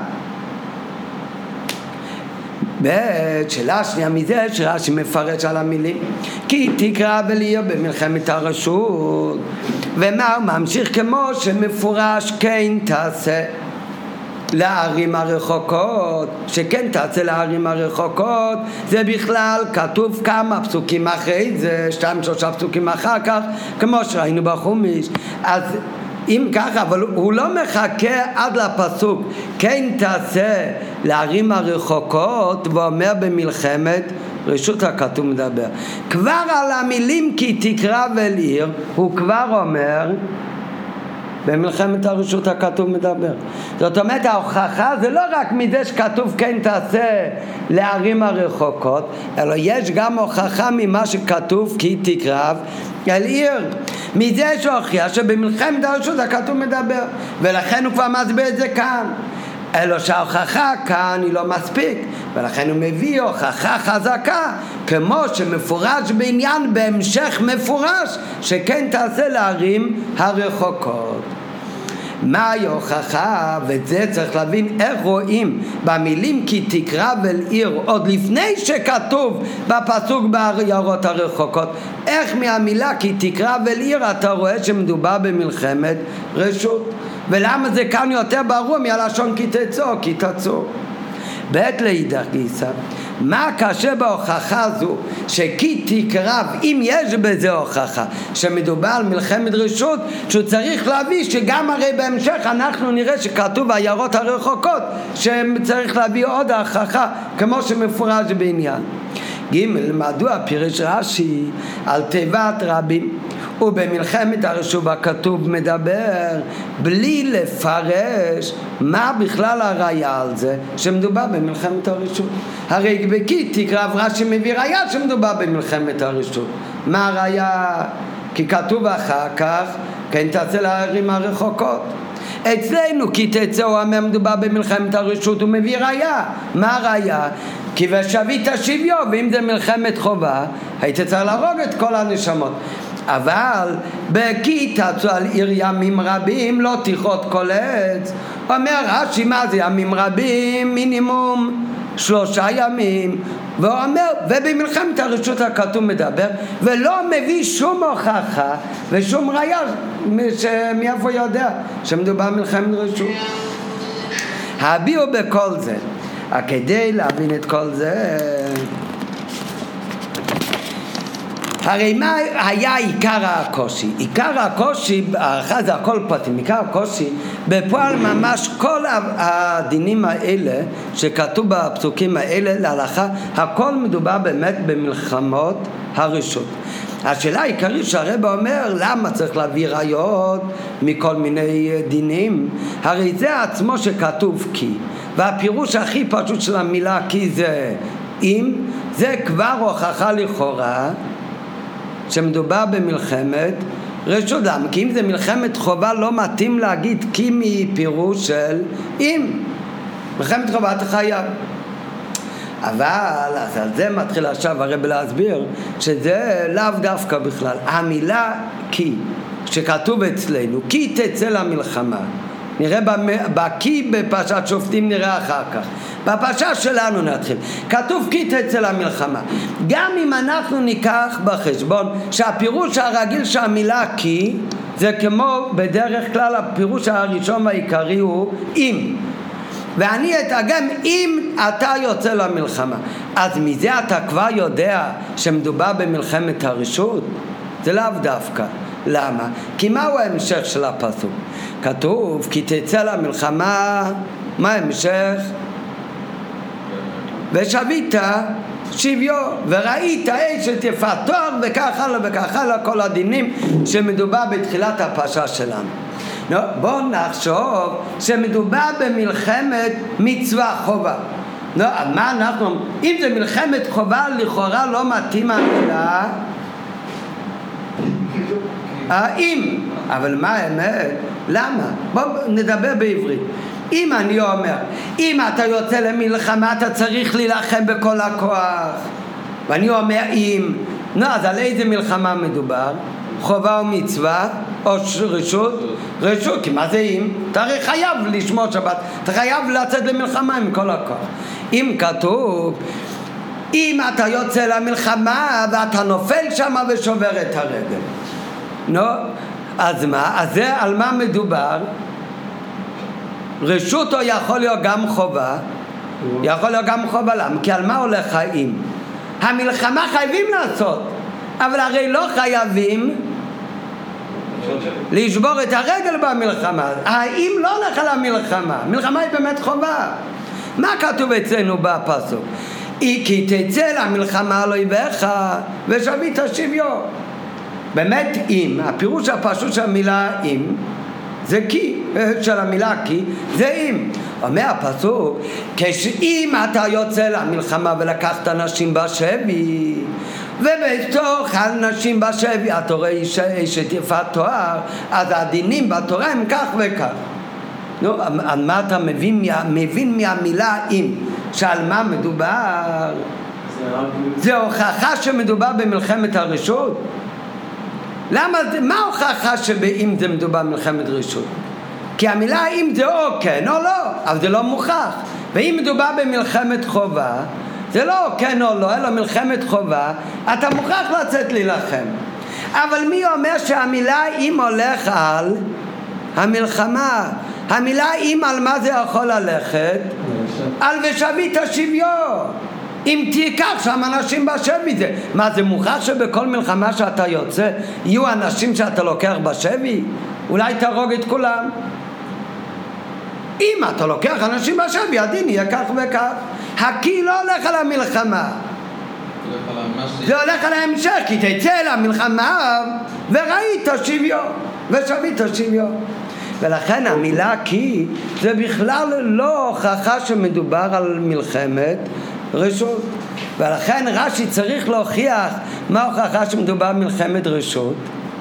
שאלה שנייה מזה שרש"י מפרש על המילים כי תקרא ולהיה במלחמת הרשות, ומה ממשיך כמו שמפורש כן תעשה לערים הרחוקות, שכן תעשה לערים הרחוקות זה בכלל כתוב כמה פסוקים אחרי זה, שתיים שלושה פסוקים אחר כך כמו שראינו בחומש. אז אם ככה, אבל הוא לא מחכה עד לפסוק כן תעשה לערים הרחוקות ואומר במלחמת רשות הכתוב מדבר. כבר על המילים כי תקרא אל עיר הוא כבר אומר במלחמת הרשות הכתוב מדבר. זאת אומרת ההוכחה זה לא רק מזה שכתוב כן תעשה לערים הרחוקות, אלא יש גם הוכחה ממה שכתוב כי תקרב אל עיר. מזה שהוכיח שבמלחמת הרשות הכתוב מדבר, ולכן הוא כבר מסביר את זה כאן. אלא שההוכחה כאן היא לא מספיק, ולכן הוא מביא הוכחה חזקה כמו שמפורש בעניין בהמשך מפורש שכן תעשה לערים הרחוקות. מהי הוכחה? וזה צריך להבין איך רואים במילים כי תקרב אל עיר עוד לפני שכתוב בפסוק בעיירות הרחוקות, איך מהמילה כי תקרב אל עיר אתה רואה שמדובר במלחמת רשות, ולמה זה כאן יותר ברור מהלשון כי תצאו כי תצאו. בעת לאידך גיסא מה קשה בהוכחה זו? שכי תקרב, אם יש בזה הוכחה שמדובר על מלחמת רשות, שהוא צריך להביא שגם הרי בהמשך אנחנו נראה שכתוב העיירות הרחוקות שצריך להביא עוד ההוכחה כמו שמפורש בעניין. ג' מדוע פירש רש"י על תיבת רבים ובמלחמת הרשות הכתוב מדבר בלי לפרש מה בכלל הראיה על זה שמדובר במלחמת הרשות? הרי בכי תקרב רש"י מביא ראיה שמדובר במלחמת הרשות. מה הראיה? כי כתוב אחר כך כן תצא לערים הרחוקות. אצלנו כי תצא הוא אומר מדובר במלחמת הרשות, הוא מביא ראיה. מה הראיה? כי ושבית שביו, ואם זה מלחמת חובה היית צריך להרוג את כל הנשמות. אבל בכי תצאו על עיר ימים רבים לא תכרות כל עץ. אומר רש"י מה זה ימים רבים? מינימום שלושה ימים. והוא אומר ובמלחמת הרשות הכתוב מדבר ולא מביא שום הוכחה ושום ראיה מאיפה יודע שמדובר במלחמת רשות. הביאו בכל זה כדי להבין את כל זה. הרי מה היה עיקר הקושי? עיקר הקושי, אחת זה הכל פרטים, עיקר הקושי בפועל ממש כל הדינים האלה שכתוב בפסוקים האלה להלכה, הכל מדובר באמת במלחמות הרשות. השאלה העיקרית שהרב אומר למה צריך להביא ראיות מכל מיני דינים, הרי זה עצמו שכתוב כי, והפירוש הכי פשוט של המילה כי זה אם, זה כבר הוכחה לכאורה שמדובר במלחמת רשות. למה? כי אם זה מלחמת חובה לא מתאים להגיד כי מפירוש של אם. מלחמת חובה אתה חייב. אבל אז על זה מתחיל עכשיו הרב להסביר שזה לאו דווקא בכלל. המילה כי שכתוב אצלנו כי תצא למלחמה, נראה בקי בפרשת שופטים, נראה אחר כך. בפרשה שלנו נתחיל. כתוב כי תצא למלחמה. גם אם אנחנו ניקח בחשבון שהפירוש הרגיל שהמילה כי זה כמו בדרך כלל הפירוש הראשון והעיקרי הוא אם. ואני אתאגם אם אתה יוצא למלחמה. אז מזה אתה כבר יודע שמדובר במלחמת הרשות? זה לאו דווקא. למה? כי מהו ההמשך של הפסוק? כתוב כי תצא למלחמה, מה ההמשך? ושבית שביו וראית אשת יפת תואר וכך הלאה וכך הלאה, כל הדינים שמדובר בתחילת הפרשה שלנו. נו, בואו נחשוב שמדובר במלחמת מצווה חובה. נו, מה אנחנו, אם זה מלחמת חובה לכאורה לא מתאים המילה האם, אבל מה האמת? למה? בואו נדבר בעברית. אם אני אומר, אם אתה יוצא למלחמה אתה צריך להילחם בכל הכוח, ואני אומר אם, נו, אז על איזה מלחמה מדובר? חובה או מצווה או רשות? רשות, כי מה זה אם? אתה הרי חייב לשמור שבת, אתה חייב לצאת למלחמה עם כל הכוח. אם כתוב אם אתה יוצא למלחמה ואתה נופל שם ושובר את הרגל, נו, אז מה? אז זה על מה מדובר? רשות או יכול להיות גם חובה? יכול להיות גם חובה. למה? כי על מה הולך האם? המלחמה חייבים לעשות, אבל הרי לא חייבים לשבור את הרגל במלחמה. האם לא הולך על המלחמה, מלחמה היא באמת חובה. מה כתוב אצלנו בפסוק? כי תצא למלחמה לא יבך ושבית שביו. באמת אם, הפירוש הפשוט של המילה אם זה כי, של המילה כי זה אם. אומר הפסוק כשאם אתה יוצא למלחמה ולקחת נשים בשבי ובתוך הנשים בשבי אתה רואה אישה אשת יפת תואר, אז הדינים בתורה הם כך וכך. נו, על מה אתה מבין, מבין מהמילה אם שעל מה מדובר? זה הוכחה שמדובר במלחמת הרשות. למה, מה ההוכחה שבאם זה מדובר במלחמת רשות? כי המילה אם זה או כן או לא, אבל זה לא מוכח. ואם מדובר במלחמת חובה, זה לא כן או לא, אלא מלחמת חובה, אתה מוכרח לצאת להילחם. אבל מי אומר שהמילה אם הולך על המלחמה? המילה אם על מה זה יכול ללכת? על ושבית שביו. אם תיקח שם אנשים בשבי, זה מה, זה מוכרח שבכל מלחמה שאתה יוצא יהיו אנשים שאתה לוקח בשבי? אולי תהרוג את כולם. אם אתה לוקח אנשים בשבי, הדין יהיה כך וכך. הקי לא הולך על המלחמה, זה הולך על ההמשך, כי תצא למלחמה וראית שוויון ושבית שוויון. ולכן המילה כי זה בכלל לא הוכחה שמדובר על מלחמת רשות. ולכן רש"י צריך להוכיח מה ההוכחה שמדובר על מלחמת רשות.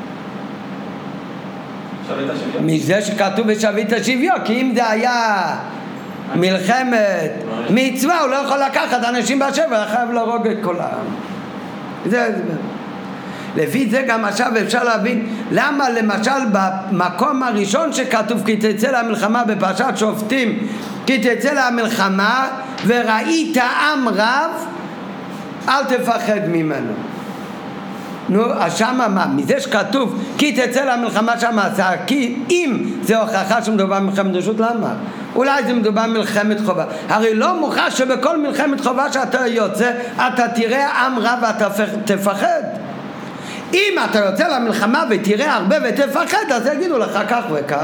מזה שכתוב ושבית שוויון, כי אם זה היה מלחמת מצווה, הוא לא יכול לקחת אנשים בשבי, חייב להרוג את כולם. זה, זה. לפי זה גם עכשיו אפשר להבין למה למשל במקום הראשון שכתוב כי תצא למלחמה בפרשת שופטים, כי תצא למלחמה וראית עם רב, אל תפחד ממנו. נו, אז שמה מה? מזה שכתוב כי תצא למלחמה שמה, כי אם זה הוכחה שמדובר במלחמת רשות, למה? אולי זה מדובר במלחמת חובה. הרי לא מוכרח שבכל מלחמת חובה שאתה יוצא אתה תראה עם רב ואתה תפחד. אם אתה יוצא למלחמה ותראה הרבה ותפחד, אז יגידו לך כך וכך.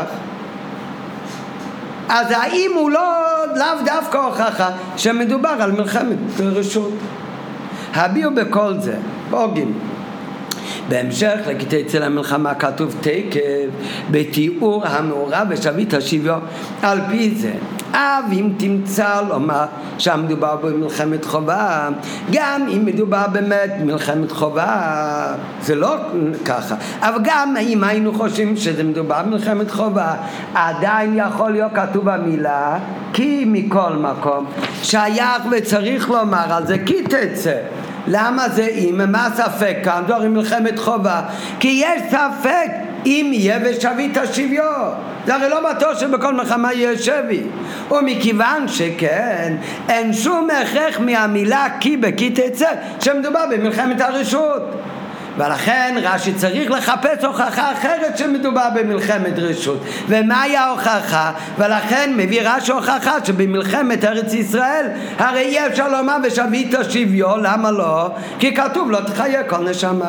אז האם הוא לא לאו דווקא הוכחה שמדובר על מלחמת רשות? הביאו בכל זה בוגים. בהמשך לכי תצא למלחמה כתוב תקף בתיאור המאורע ושבית השוויון. על פי זה אב אם תמצא לומר שמדובר במלחמת חובה, גם אם מדובר באמת מלחמת חובה, זה לא ככה. אבל גם אם היינו חושבים שזה מדובר במלחמת חובה, עדיין יכול להיות כתוב במילה כי מכל מקום שייך וצריך לומר על זה כי תצא. למה זה אם? מה הספק כאן? זה הרי מלחמת חובה, כי יש ספק אם יהיה ושבית השוויון. זה הרי לא בטוח שבכל מלחמה יהיה שבי, ומכיוון שכן אין שום הכרח מהמילה כי בכי תצא שמדובר במלחמת הרשות, ולכן רש"י צריך לחפש הוכחה אחרת שמדובר במלחמת רשות. ומהי ההוכחה? ולכן מביא רש"י הוכחה שבמלחמת ארץ ישראל הרי אי אפשר לומר ושבית השוויון. למה לא? כי כתוב לא תחיה כל נשמה.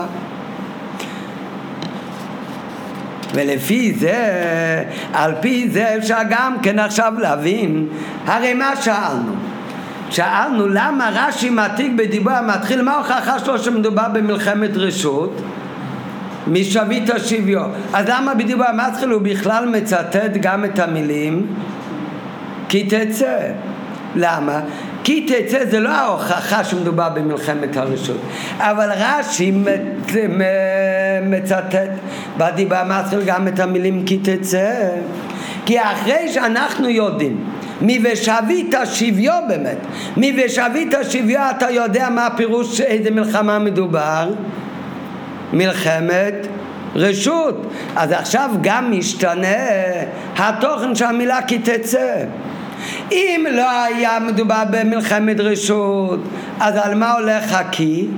ולפי זה, על פי זה אפשר גם כן עכשיו להבין, הרי מה שאלנו? שאלנו למה רש"י מעתיק בדיבור המתחיל, מה ההוכחה שלו שמדובר במלחמת רשות? משבית השוויון. אז למה בדיבור המתחיל הוא בכלל מצטט גם את המילים כי תצא? למה? כי תצא זה לא ההוכחה שמדובר במלחמת הרשות, אבל רש"י מצטט בדיבור המתחיל גם את המילים כי תצא, כי אחרי שאנחנו יודעים מי ושבית השוויון, באמת מי ושבית השוויון, אתה יודע מה הפירוש, איזה מלחמה מדובר? מלחמת רשות. אז עכשיו גם משתנה התוכן של המילה כי תצא. אם לא היה מדובר במלחמת רשות, אז על מה הולך הכי?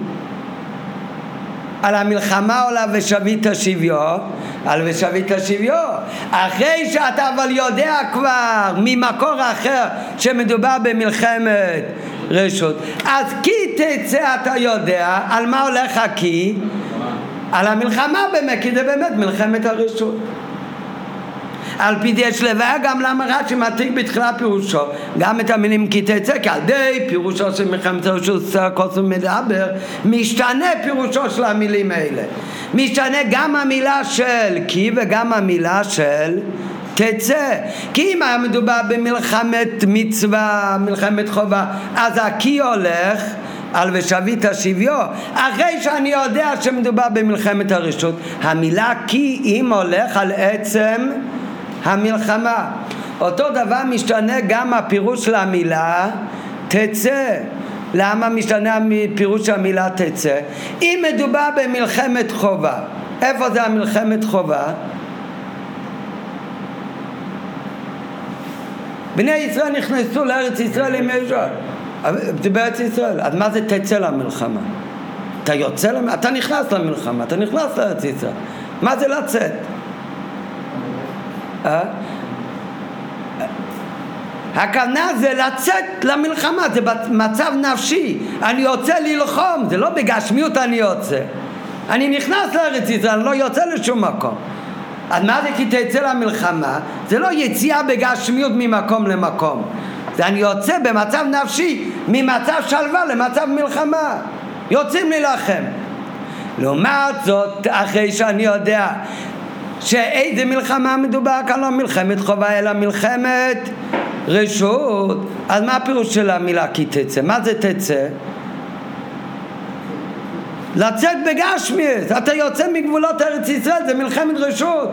על המלחמה עולה ושבית השוויון, על ושבית השוויון. אחרי שאתה אבל יודע כבר ממקור אחר שמדובר במלחמת רשות, אז כי תצא אתה יודע על מה הולך הכי? על המלחמה באמת, כי זה באמת מלחמת הרשות. על פי זה יש לבאר גם למה רש"י מעתיק בתחילה פירושו גם את המילים כי תצא, כי על די פירושו של מלחמת הרשות כוסו מדבר, משתנה פירושו של המילים האלה, משתנה גם המילה של כי וגם המילה של תצא. כי אם היה מדובר במלחמת מצווה, מלחמת חובה, אז הכי הולך על ושבית השוויון. אחרי שאני יודע שמדובר במלחמת הרשות, המילה כי אם הולך על עצם המלחמה. אותו דבר משתנה גם הפירוש של המילה תצא. למה משתנה הפירוש של המילה תצא? אם מדובר במלחמת חובה, איפה זה המלחמת חובה? בני ישראל נכנסו לארץ ישראל עם יהושע, זה בארץ ישראל. אז מה זה תצא למלחמה? אתה יוצא למלחמה, אתה נכנס למלחמה, אתה נכנס לארץ ישראל. מה זה לצאת? אה? הכוונה זה לצאת למלחמה, זה במצב נפשי, אני יוצא ללחום, זה לא בגשמיות אני יוצא, אני נכנס לארץ ישראל, אני לא יוצא לשום מקום. אז מה זה כי תצא למלחמה? זה לא יציאה בגשמיות ממקום למקום, זה אני יוצא במצב נפשי ממצב שלווה למצב מלחמה, יוצאים להילחם. לעומת זאת, אחרי שאני יודע שאיזה מלחמה מדובר כאן, לא מלחמת חובה אלא מלחמת רשות, אז מה הפירוש של המילה כי תצא? מה זה תצא? לצאת בגשמיית, אתה יוצא מגבולות ארץ ישראל, זה מלחמת רשות.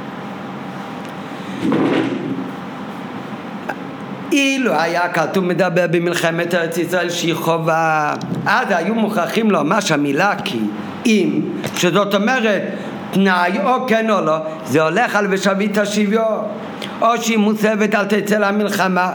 אילו היה כתוב מדבר במלחמת ארץ ישראל שהיא חובה, אז היו מוכרחים לו מה שהמילה כי אם, שזאת אומרת תנאי או כן או לא, זה הולך על ושבית השוויון, או שהיא מוסבת על תצא למלחמה,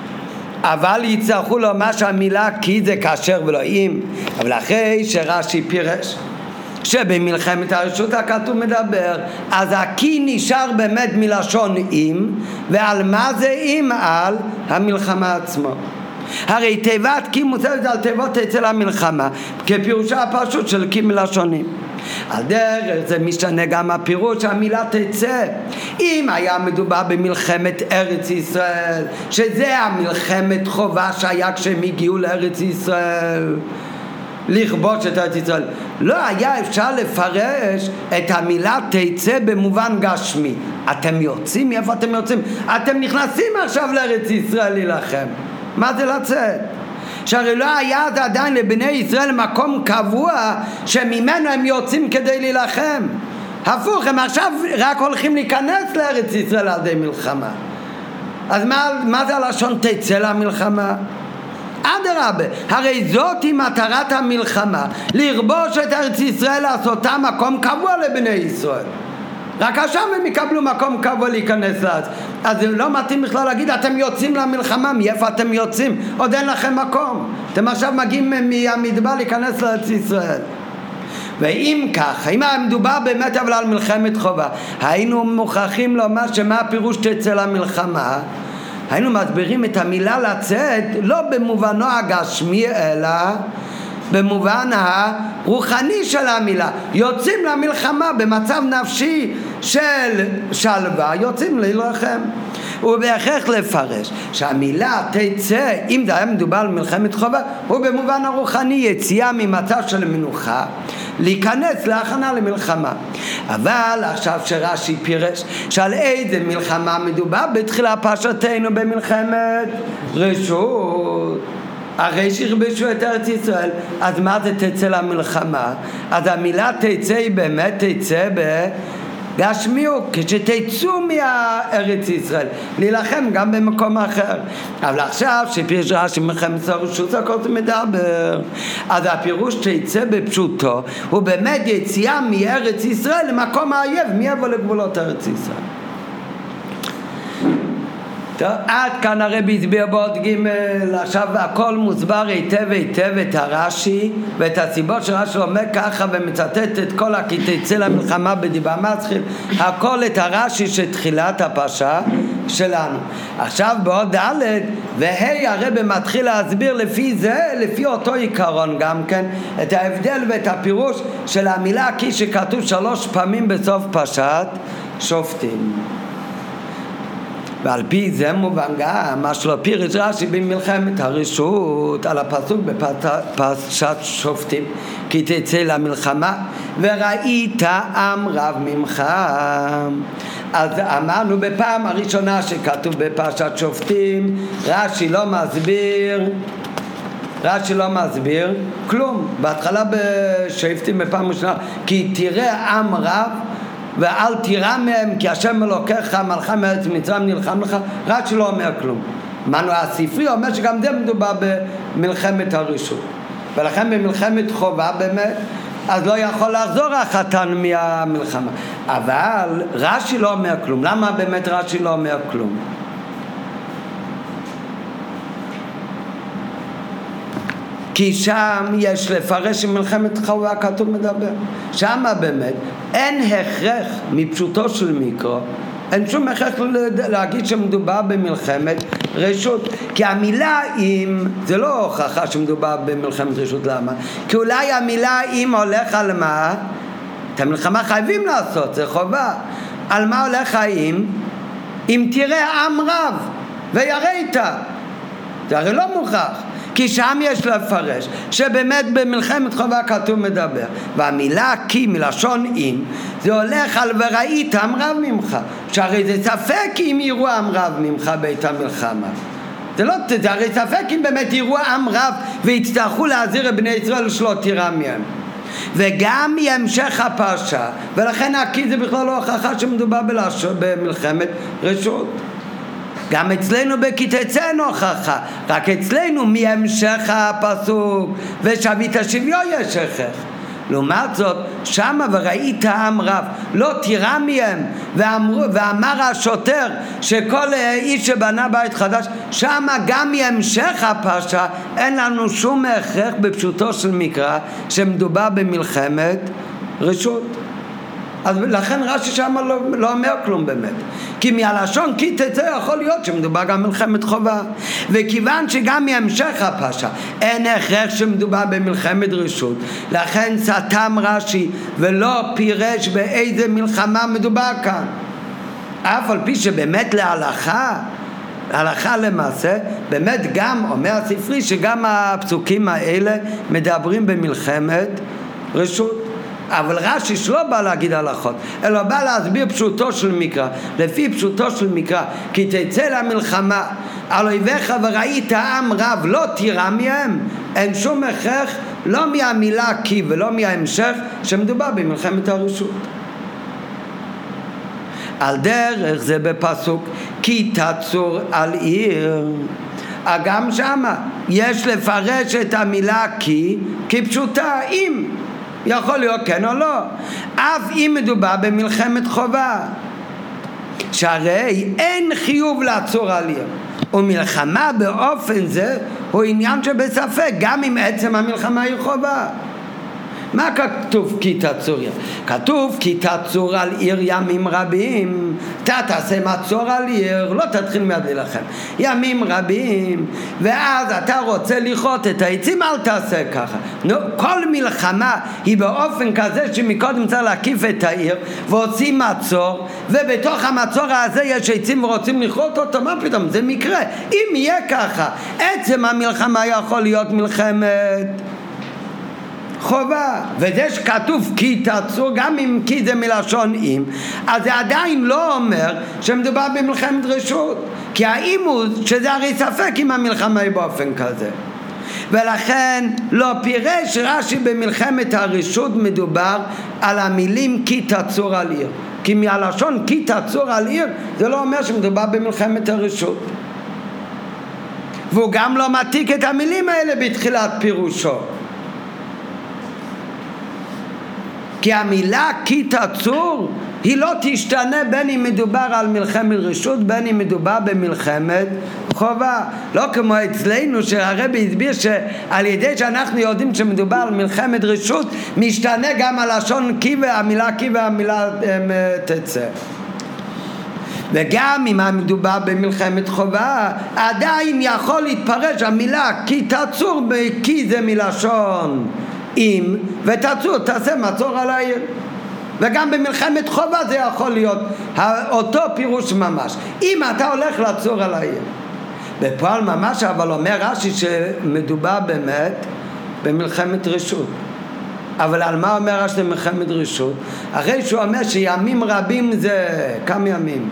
אבל יצטרכו לו מה שהמילה כי זה כאשר ולא אם. אבל אחרי שרש"י פירש שבמלחמת הרשות הכתוב מדבר, אז הכי נשאר באמת מלשון אם, ועל מה זה אם? על המלחמה עצמו. הרי תיבת כי מוסבת על תיבות אצל המלחמה כפירושה הפשוט של כי מלשונים. על דרך זה משתנה גם הפירוש המילה תצא. אם היה מדובר במלחמת ארץ ישראל, שזה המלחמת חובה שהיה כשהם הגיעו לארץ ישראל לכבוש את ארץ ישראל, לא היה אפשר לפרש את המילה תצא במובן גשמי. אתם יוצאים, מאיפה אתם יוצאים? אתם נכנסים עכשיו לארץ ישראל להילחם. מה זה לצאת? שהרי לא היה זה עדיין לבני ישראל מקום קבוע שממנו הם יוצאים כדי להילחם. הפוך, הם עכשיו רק הולכים להיכנס לארץ ישראל על ידי מלחמה. אז מה, מה זה הלשון תצא למלחמה? אדרבה, הרי זאת היא מטרת המלחמה, לרבוש את ארץ ישראל, לעשותה מקום קבוע לבני ישראל. רק עכשיו הם יקבלו מקום קבוע להיכנס לארץ. אז זה לא מתאים בכלל להגיד אתם יוצאים למלחמה, מאיפה אתם יוצאים? עוד אין לכם מקום, אתם עכשיו מגיעים מהמדבר להיכנס לארץ ישראל. ואם כך, אם מדובר באמת אבל על מלחמת חובה, היינו מוכרחים לומר שמה הפירוש תצא למלחמה, היינו מסבירים את המילה לצאת לא במובנו הגשמי אלא במובן הרוחני של המילה. יוצאים למלחמה במצב נפשי של שלווה, יוצאים להילחם. ובהכרח לפרש שהמילה תצא, אם זה היה מדובר על מלחמת חובה, הוא במובן הרוחני יציאה ממצב של מנוחה להיכנס להכנה למלחמה. אבל עכשיו שרש"י פירש שעל איזה מלחמה מדובר, בתחילה פרשתנו במלחמת רשות, הרי שירבשו את ארץ ישראל, אז מה זה תצא למלחמה? אז המילה תצא היא באמת תצא בגשמיות, כשתצאו מארץ ישראל להילחם גם במקום אחר. אבל עכשיו שפירש רש"י מלחמת רשות הכל זה מדבר, אז הפירוש תצא בפשוטו הוא באמת יציאה מארץ ישראל למקום האויב, מי יבוא לגבולות ארץ ישראל. טוב, עד כאן הרבי הסביר בעוד ג'. עכשיו הכל מוסבר היטב היטב את הרש"י ואת הסיבות שרש"י אומר ככה ומצטט את כל הכי תצא למלחמה בדיבה מצחיל, הכל את הרש"י של תחילת הפרשה שלנו. עכשיו בעוד ד' והי הרבי מתחיל להסביר לפי זה, לפי אותו עיקרון גם כן, את ההבדל ואת הפירוש של המילה כי שכתוב שלוש פעמים בסוף פרשת שופטים. ועל פי זה מובן גם מה שלא פירש רש"י במלחמת הרשות על הפסוק בפרשת שופטים כי תצא למלחמה וראית עם רב ממך. אז אמרנו בפעם הראשונה שכתוב בפרשת שופטים רש"י לא מסביר רש"י לא מסביר כלום. בהתחלה בשופטים בפעם ראשונה כי תראה עם רב ואל תירא מהם כי השם אלוקיך מלך מארץ מצרים נלחם לך, רק שלא אומר כלום. מנו הספרי אומר שגם זה מדובר במלחמת הרשות, ולכן במלחמת חובה באמת אז לא יכול לחזור החתן מהמלחמה. אבל רש"י לא אומר כלום. למה באמת רש"י לא אומר כלום? כי שם יש לפרש מלחמת חובה כתוב מדבר, שם באמת אין הכרח מפשוטו של מיקרו אין שום הכרח להגיד שמדובר במלחמת רשות, כי המילה אם זה לא הוכחה שמדובר במלחמת רשות. למה? כי אולי המילה אם הולך על מה? את המלחמה חייבים לעשות, זה חובה. על מה הולך האם? אם תראה עם רב ויראת, זה הרי לא מוכח, כי שם יש לפרש שבאמת במלחמת חובה כתוב מדבר, והמילה כי מלשון אם זה הולך על וראית עם רב ממך, שהרי זה ספק אם יראו עם רב ממך בית המלחמה. זה לא, זה הרי ספק אם באמת יראו עם רב ויצטרכו להזהיר את בני ישראל שלא תירא מהם. וגם מהמשך הפרשה, ולכן הכי זה בכלל לא הוכחה שמדובר במלחמת רשות. גם אצלנו בקיצצנו הוכחה, רק אצלנו מהמשך הפסוק ושבית השוויון יש הכרח. לעומת זאת, שמה וראית עם רב לא תירא מהם, ואמר, ואמר השוטר שכל איש שבנה בית חדש, שמה גם מהמשך הפרשה אין לנו שום הכרח בפשוטו של מקרא שמדובר במלחמת רשות. אז לכן רש"י שם לא, לא אומר כלום באמת, כי מהלשון כי תצא יכול להיות שמדובר גם מלחמת חובה, וכיוון שגם מהמשך הפרשה אין הכרח שמדובר במלחמת רשות, לכן סתם רש"י ולא פירש באיזה מלחמה מדובר כאן, אף על פי שבאמת להלכה הלכה למעשה באמת גם אומר הספרי שגם הפסוקים האלה מדברים במלחמת רשות. אבל רש"י שלא בא להגיד הלכות, אלא בא להסביר פשוטו של מקרא. לפי פשוטו של מקרא, כי תצא למלחמה על אויביך וראית עם רב לא תירא מהם, אין שום הכרח לא מהמילה כי ולא מההמשך שמדובר במלחמת הרשות. על דרך זה בפסוק כי תצור על עיר, גם שמה יש לפרש את המילה כי כפשוטה אם, יכול להיות כן או לא, אף אם מדובר במלחמת חובה, שהרי אין חיוב לעצור על עיר, ומלחמה באופן זה הוא עניין שבספק גם אם עצם המלחמה היא חובה. מה כתוב כי תצור? כתוב כי תצור על עיר ימים רבים, אתה תעשה מצור על עיר, לא תתחיל מיד להילחם ימים רבים, ואז אתה רוצה לכרות את העצים, אל תעשה ככה. נו, כל מלחמה היא באופן כזה שמקודם צריך להקיף את העיר ועושים מצור, ובתוך המצור הזה יש עצים ורוצים לכרות אותו, מה פתאום? זה מקרה. אם יהיה ככה, עצם המלחמה יכול להיות מלחמת חובה, וזה שכתוב כי תצור, גם אם כי זה מלשון אם, אז זה עדיין לא אומר שמדובר במלחמת רשות, כי האם הוא שזה הרי ספק אם המלחמה היא באופן כזה, ולכן לא פירש רש"י במלחמת הרשות מדובר על המילים כי תצור על עיר, כי מהלשון כי תצור על עיר זה לא אומר שמדובר במלחמת הרשות, והוא גם לא מעתיק את המילים האלה בתחילת פירושו, כי המילה כי תצור היא לא תשתנה בין אם מדובר על מלחמת רשות בין אם מדובר במלחמת חובה, לא כמו אצלנו שהרבי הסביר שעל ידי שאנחנו יודעים שמדובר על מלחמת רשות משתנה גם הלשון כי והמילה כי והמילה תצא. וגם אם מדובר במלחמת חובה עדיין יכול להתפרש המילה כי תצור כי זה מלשון אם, ותצור תעשה מצור על העיר, וגם במלחמת חובה זה יכול להיות אותו פירוש ממש, אם אתה הולך לעצור על העיר. בפועל ממש אבל אומר רש"י שמדובר באמת במלחמת רשות. אבל על מה אומר רש"י במלחמת רשות? אחרי שהוא אומר שימים רבים זה כמה ימים?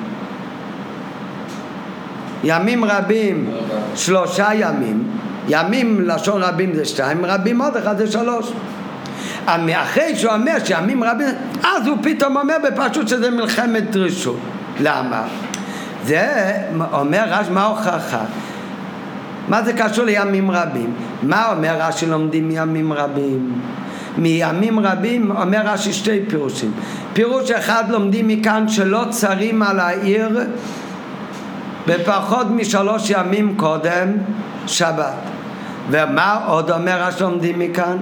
ימים רבים שלושה ימים, ימים לשון רבים זה שתיים, רבים עוד אחד זה שלוש. אחרי שהוא אומר שימים רבים, אז הוא פתאום אומר בפשוט שזה מלחמת רשות. למה? זה אומר רש"י, מה הוכחה? מה זה קשור לימים רבים? מה אומר רש"י לומדים מימים רבים? מימים רבים אומר רש"י שתי פירושים. פירוש אחד לומדים מכאן שלא צרים על העיר בפחות משלוש ימים קודם שבת. ומה עוד אומר רש"י לומדים מכאן?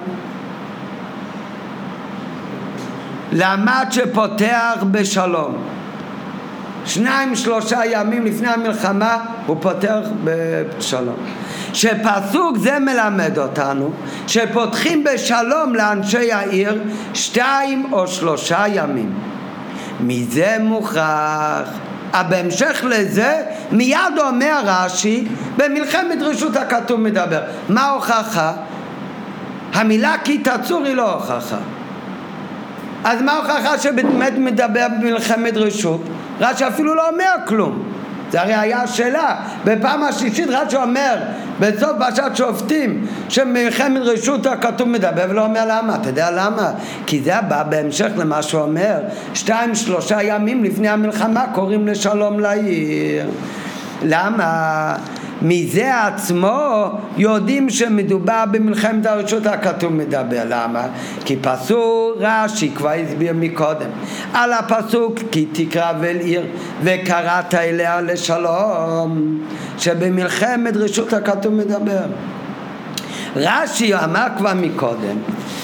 למד שפותח בשלום. שניים שלושה ימים לפני המלחמה הוא פותח בשלום. שפסוק זה מלמד אותנו שפותחים בשלום לאנשי העיר שתיים או שלושה ימים. מזה מוכרח, בהמשך לזה מיד אומר רש"י במלחמת רשות הכתוב מדבר. מה ההוכחה? המילה כי תצור היא לא הוכחה. אז מה ההוכחה שבאמת מדבר במלחמת רשות? רש"י אפילו לא אומר כלום. זה הרי היה השאלה. בפעם השישית רש"י אומר בסוף פרשת שופטים שמלחמת רשות הכתוב מדבר, ולא אומר למה. אתה יודע למה? כי זה בא בהמשך למה שהוא אומר. שתיים שלושה ימים לפני המלחמה קוראים לשלום לעיר. למה? מזה עצמו יודעים שמדובר במלחמת הרשות הכתוב מדבר. למה? כי פסוק רש"י כבר הסביר מקודם על הפסוק כי תקרב אל עיר וקראת אליה לשלום, שבמלחמת רשות הכתוב מדבר. רש"י אמר כבר מקודם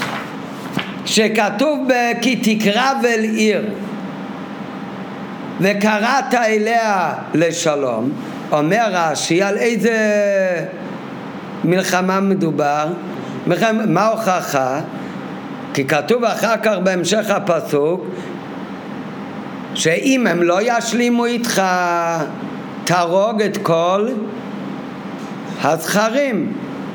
שכתוב כי תקרב אל עיר וקראת אליה לשלום. אומר רש"י על איזה מלחמה מדובר? מה ההוכחה? כי כתוב אחר כך בהמשך הפסוק שאם הם לא ישלימו איתך תרוג את כל הזכרים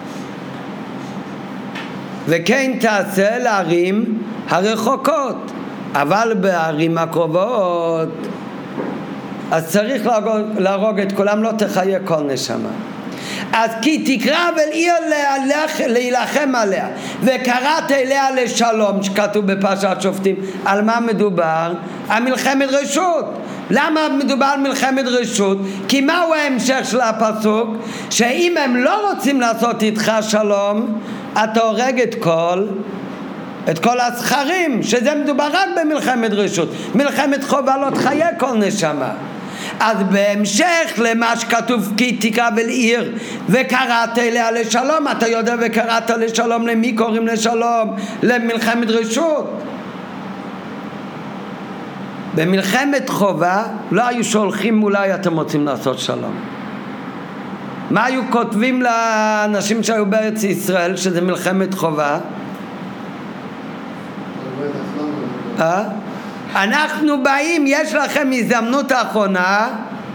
וכן תעשה לערים הרחוקות, אבל בערים הקרובות אז צריך להרוג, להרוג את כולם, לא תחיה כל נשמה. אז כי תקרב אל עיר להילחם עליה וקראת אליה לשלום, שכתוב בפרשת שופטים. על מה מדובר? על מלחמת רשות. למה מדובר על מלחמת רשות? כי מהו ההמשך של הפסוק? שאם הם לא רוצים לעשות איתך שלום אתה הורג את כל את כל הזכרים, שזה מדובר רק במלחמת רשות. מלחמת חובה לא תחיה כל נשמה. אז בהמשך למה שכתוב כי תקרב אל עיר וקראת אליה לשלום, אתה יודע וקראת לשלום, למי קוראים לשלום? למלחמת רשות. במלחמת חובה לא היו שולחים אולי אתם רוצים לעשות שלום. מה היו כותבים לאנשים שהיו בארץ ישראל שזה מלחמת חובה? אה? אנחנו באים, יש לכם הזדמנות האחרונה,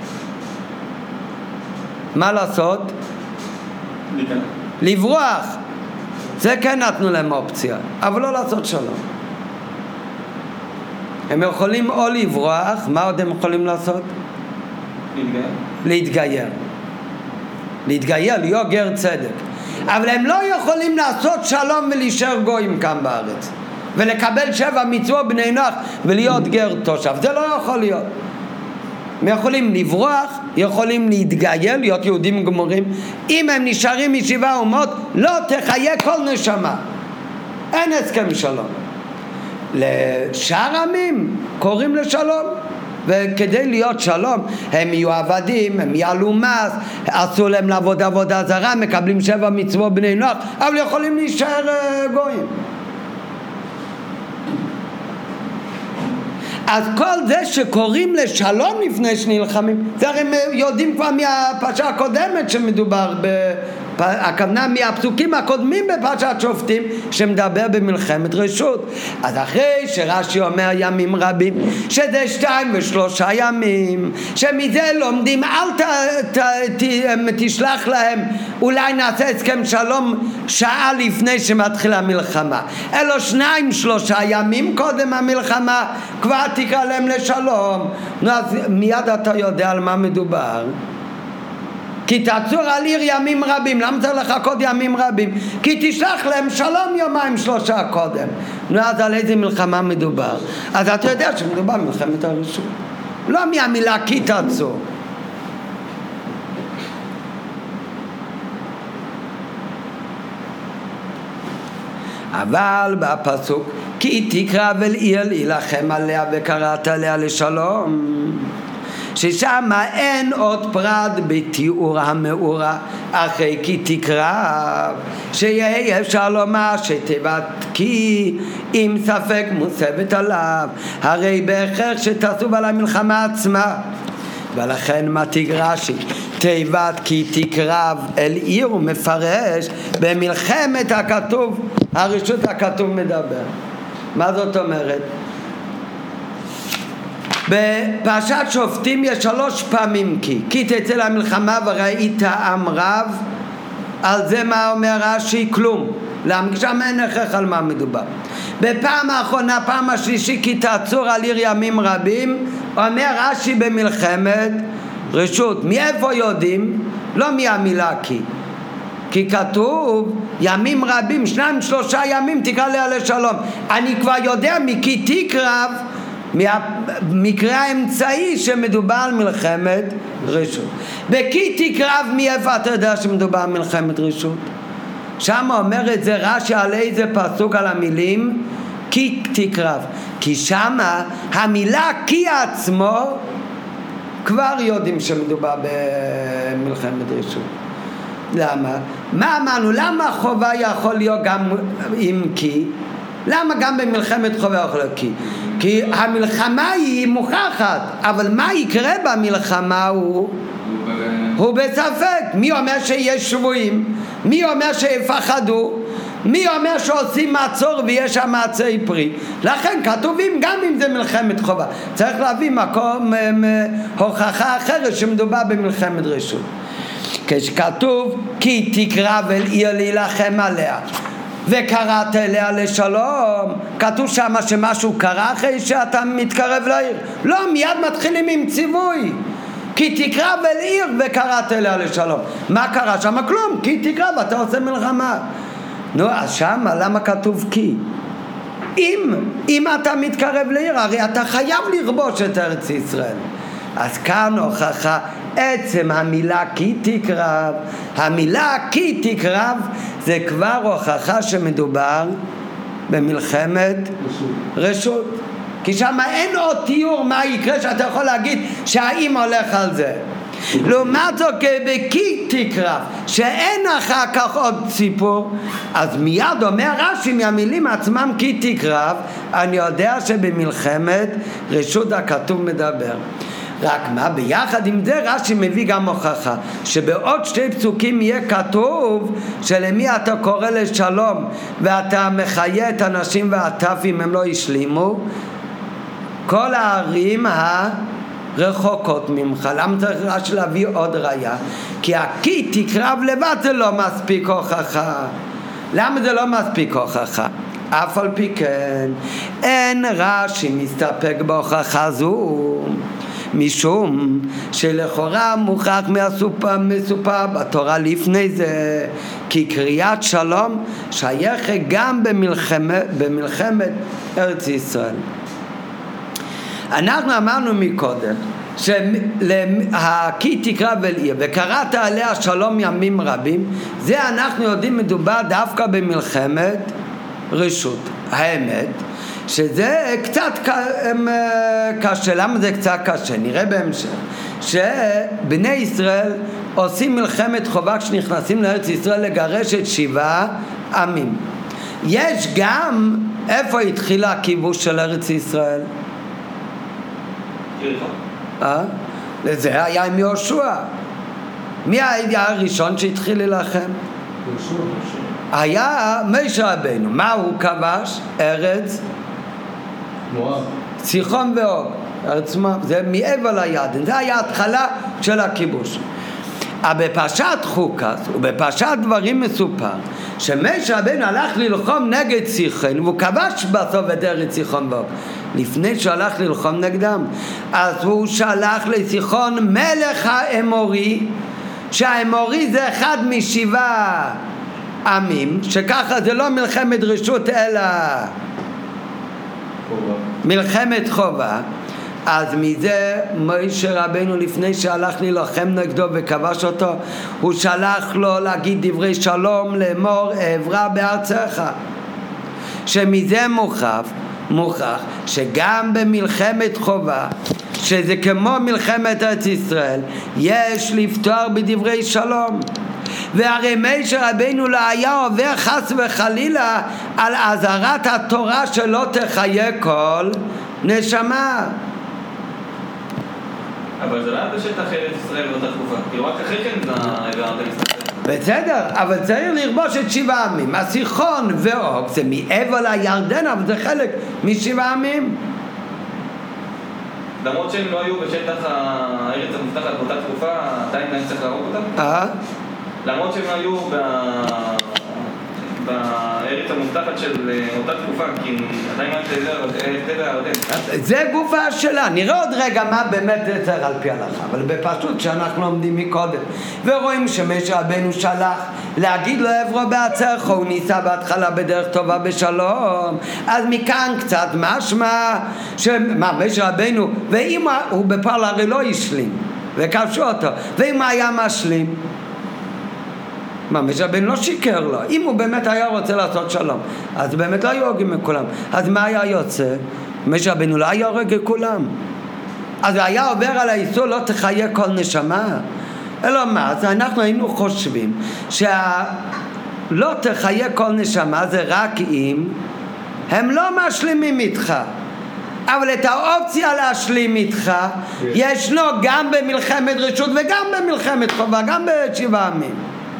מה לעשות? לברוח. זה כן נתנו להם אופציה, אבל לא לעשות שלום. הם יכולים או לברוח, מה עוד הם יכולים לעשות? להתגייר. להתגייר. להתגייר, להיות גר צדק. אבל הם לא יכולים לעשות שלום ולהישאר גויים כאן בארץ. ולקבל שבע מצוות בני נוח ולהיות גר תושב. זה לא יכול להיות. הם יכולים לברוח, יכולים להתגייר, להיות יהודים גמורים. אם הם נשארים משבעה אומות, לא תחיה כל נשמה. אין הסכם שלום. לשאר עמים קוראים לשלום. וכדי להיות שלום הם יהיו עבדים, הם יעלו מס, עשו להם לעבוד עבודה זרה, מקבלים שבע מצוות בני נוח, אבל יכולים להישאר גויים. אז כל זה שקוראים לשלום לפני שנלחמים, זה הרי יודעים כבר מהפרשה הקודמת שמדובר הכוונה מהפסוקים הקודמים בפרשת שופטים שמדבר במלחמת רשות. אז אחרי שרש"י אומר ימים רבים שזה שתיים ושלושה ימים, שמזה לומדים אל ת, ת, ת, תשלח להם אולי נעשה הסכם שלום שעה לפני שמתחיל המלחמה, אלו שניים שלושה ימים קודם המלחמה כבר תקרא להם לשלום. אז מיד אתה יודע על מה מדובר. כי תעצור על עיר ימים רבים. למה צריך לחכות ימים רבים? כי תשלח להם שלום יומיים שלושה קודם. נו, אז על איזה מלחמה מדובר? אז אתה יודע שמדובר מלחמת הרשות, לא מהמילה כי תעצור. אבל בפסוק כי תקרב אל עיר להילחם עליה וקראת עליה לשלום, ששם אין עוד פרט בתיאור המאורה, אחרי כי תקרב, שיהיה אפשר לומר שתיבת כי עם ספק מוסבת עליו, הרי בהכרח שתעשו על המלחמה עצמה. ולכן מתיג רש"י תיבת כי תקרב אל עיר ומפרש במלחמת הכתוב, הרשות הכתוב מדבר. מה זאת אומרת? בפרשת שופטים יש שלוש פעמים כי כי תצא למלחמה וראית עם רב. על זה מה אומר רש"י? כלום. למה? שם אין הכרח על מה מדובר. בפעם האחרונה, פעם השלישי, כי תעצור על עיר ימים רבים, אומר רש"י במלחמת רשות. מאיפה יודעים? לא מהמילה כי. כי כתוב ימים רבים, שניים שלושה ימים תקרא לה לשלום. אני כבר יודע מכי תקרב, מהמקרה האמצעי שמדובר על מלחמת רשות. בכי תקרב מאיפה אתה יודע שמדובר על מלחמת רשות? שם אומר את זה רש"י על איזה פסוק? על המילים כי תקרב. כי שם המילה כי עצמו כבר יודעים שמדובר במלחמת רשות. למה? מה אמרנו? למה חובה יכול להיות גם עם כי? למה גם במלחמת חובה יכול להיות כי? כי המלחמה היא מוכחת, אבל מה יקרה במלחמה הוא הוא בספק. מי אומר שיש שבויים? מי אומר שיפחדו? מי אומר שעושים מעצור ויש שם מעצי פרי? לכן כתובים גם אם זה מלחמת חובה. צריך להביא מקום הוכחה אחרת שמדובר במלחמת רשות. כשכתוב כי תקרב אל עיר להילחם עליה וקראת אליה לשלום, כתוב שם שמשהו קרה אחרי שאתה מתקרב לעיר? לא, מיד מתחילים עם ציווי כי תקרב אל עיר וקראת אליה לשלום. מה קרה שם? כלום. כי תקרב, אתה עושה מלחמה. נו, אז שם למה כתוב כי? אם, אם אתה מתקרב לעיר, הרי אתה חייב לרבוש את ארץ ישראל. אז כאן הוכחה עצם המילה כי תקרב. המילה כי תקרב זה כבר הוכחה שמדובר במלחמת רשות. כי שם אין עוד תיאור מה יקרה שאתה יכול להגיד שהאם הולך על זה. לעומת זאת בכי תקרב שאין אחר כך עוד סיפור, אז מיד אומר רש"י מהמילים עצמם כי תקרב אני יודע שבמלחמת רשות הכתוב מדבר. רק מה, ביחד עם זה רש"י מביא גם הוכחה שבעוד שתי פסוקים יהיה כתוב שלמי אתה קורא לשלום ואתה מחיה את הנשים והטפים הם לא השלימו, כל הערים הרחוקות ממך. למה צריך רש"י להביא עוד ראיה? כי הכי תקרב לבד זה לא מספיק הוכחה. למה זה לא מספיק הוכחה? אף על פי כן אין רש"י מסתפק בהוכחה זו, משום שלכאורה מוכח מסופר, מסופר בתורה לפני זה כי קריאת שלום שייכת גם במלחמת, במלחמת ארץ ישראל. אנחנו אמרנו מקודם שהכי תקרב אל עיר וקראת עליה שלום ימים רבים, זה אנחנו יודעים מדובר דווקא במלחמת רשות. האמת שזה קצת קשה. למה זה קצת קשה? נראה בהמשך שבני ישראל עושים מלחמת חובה כשנכנסים לארץ ישראל לגרש את שבעה עמים. יש גם איפה התחילה הכיבוש של ארץ ישראל? אה? זה היה עם יהושע. מי היה הראשון שהתחיל להילחם? יהושע. היה משה רבנו. מה הוא כבש? ארץ מואב, סיחון ואוג, ארץ מואב. זה מעבר לירדן. זה היה התחלה של הכיבוש. אבל בפרשת חוקת ובפרשת דברים מסופר שמשה רבנו הלך ללחום נגד סיחון והוא כבש בסוף את ארץ סיחון ואוג. לפני שהוא הלך ללחום נגדם אז הוא שלח לסיחון מלך האמורי, שהאמורי זה אחד משבעה עמים, שככה זה לא מלחמת רשות אלא חובה. מלחמת חובה. אז מזה משה רבנו לפני שהלך ללחם נגדו וכבש אותו הוא שלח לו להגיד דברי שלום לאמור אעברה בארצך. שמזה מוכח מוכח שגם במלחמת חובה שזה כמו מלחמת ארץ ישראל, יש לפתוח בדברי שלום. והרי משה רבינו לא היה עובר חס וחלילה על אזהרת התורה שלא תחיה כל נשמה. אבל זה לא היה בשטח ארץ ישראל באותה תקופה, כי רק אחרי כן העברתם ישראל. בסדר, אבל צריך לרבוש את שבעה עמים. הסיחון ואוג זה מעבר לירדן, אבל זה חלק משבעה עמים. למרות שהם לא היו בשטח הארץ המובטחת באותה תקופה, עדיין היה צריך להרוג אותם? אה? למרות שהם לא היו בארץ המובטחת של אותה תקופה, כי עדיין היה טבע הירדן. זה גופה השאלה. נראה עוד רגע מה באמת זה על פי הלכה, אבל בפשוט שאנחנו לומדים מקודם ורואים שמשה רבינו שלח להגיד לו עברו בעצרך, הוא ניסה בהתחלה בדרך טובה בשלום, אז מכאן קצת משמע שמה משה רבינו, ואם הוא בפעל הרי לא השלים וכבשו אותו, ואם היה משלים, מה, משה רבינו לא שיקר לו. אם הוא באמת היה רוצה לעשות שלום, אז באמת לא היו הורגים מכולם. אז מה היה יוצא? משה רבינו לא היה הורג לכולם. אז הוא היה עובר על האיסור לא תחיה כל נשמה. אלא מה? אז אנחנו היינו חושבים שלא תחיה כל נשמה זה רק אם הם לא משלימים איתך. אבל את האופציה להשלים איתך ישנו גם במלחמת רשות וגם במלחמת חובה, גם בשבעה עמים.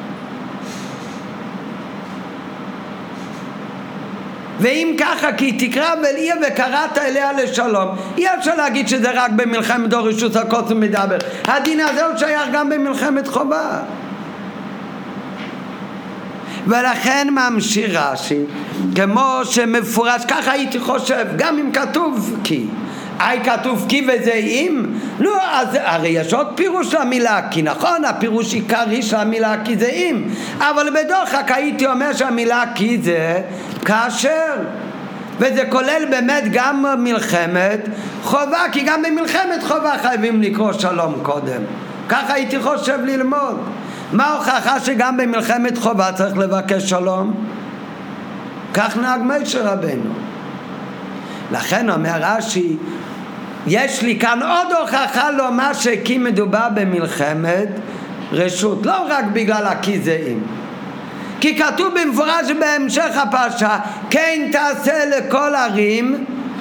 ואם ככה, כי תקרא אל עיר וקראת אליה לשלום, אי אפשר להגיד שזה רק במלחמת דור רשות הקוץ ומדבר. הדין הזה הוא שייך גם במלחמת חובה. ולכן ממשיך רש"י, כמו שמפורש, ככה הייתי חושב, גם אם כתוב כי, אי כתוב כי וזה אם, נו, אז הרי יש עוד פירוש למילה כי, נכון, הפירוש עיקרי של המילה כי זה אם, אבל בדוחק הייתי אומר שהמילה כי זה כאשר, וזה כולל באמת גם מלחמת חובה, כי גם במלחמת חובה חייבים לקרוא שלום קודם. ככה הייתי חושב ללמוד. מה ההוכחה שגם במלחמת חובה צריך לבקש שלום? כך נהג משה רבינו. לכן אומר רש"י, יש לי כאן עוד הוכחה לומר שכי מדובר במלחמת רשות, לא רק בגלל הכיזאים, כי כתוב במפורש בהמשך הפרשה, כן תעשה לכל ערים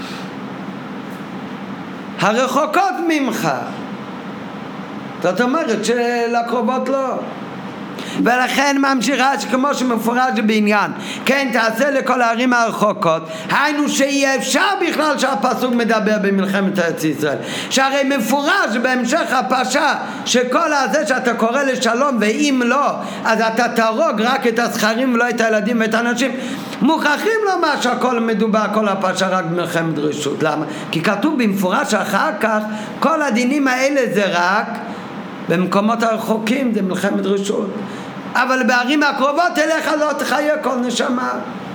הרחוקות ממך. זאת אומרת שלקרובות לא. ולכן ממשיכה שכמו שמפורש בעניין כן תעשה לכל הערים הרחוקות, היינו שיהיה אפשר בכלל שהפסוק מדבר במלחמת ארץ ישראל, שהרי מפורש בהמשך הפרשה שכל הזה שאתה קורא לשלום, ואם לא אז אתה תהרוג רק את הזכרים ולא את הילדים ואת האנשים. מוכרחים לומר שהכל מדובר, כל הפרשה רק במלחמת רשות. למה? כי כתוב במפורש אחר כך כל הדינים האלה זה רק במקומות הרחוקים, זה מלחמת רשות. אבל בערים הקרובות אליך לא תחיה כל נשמה.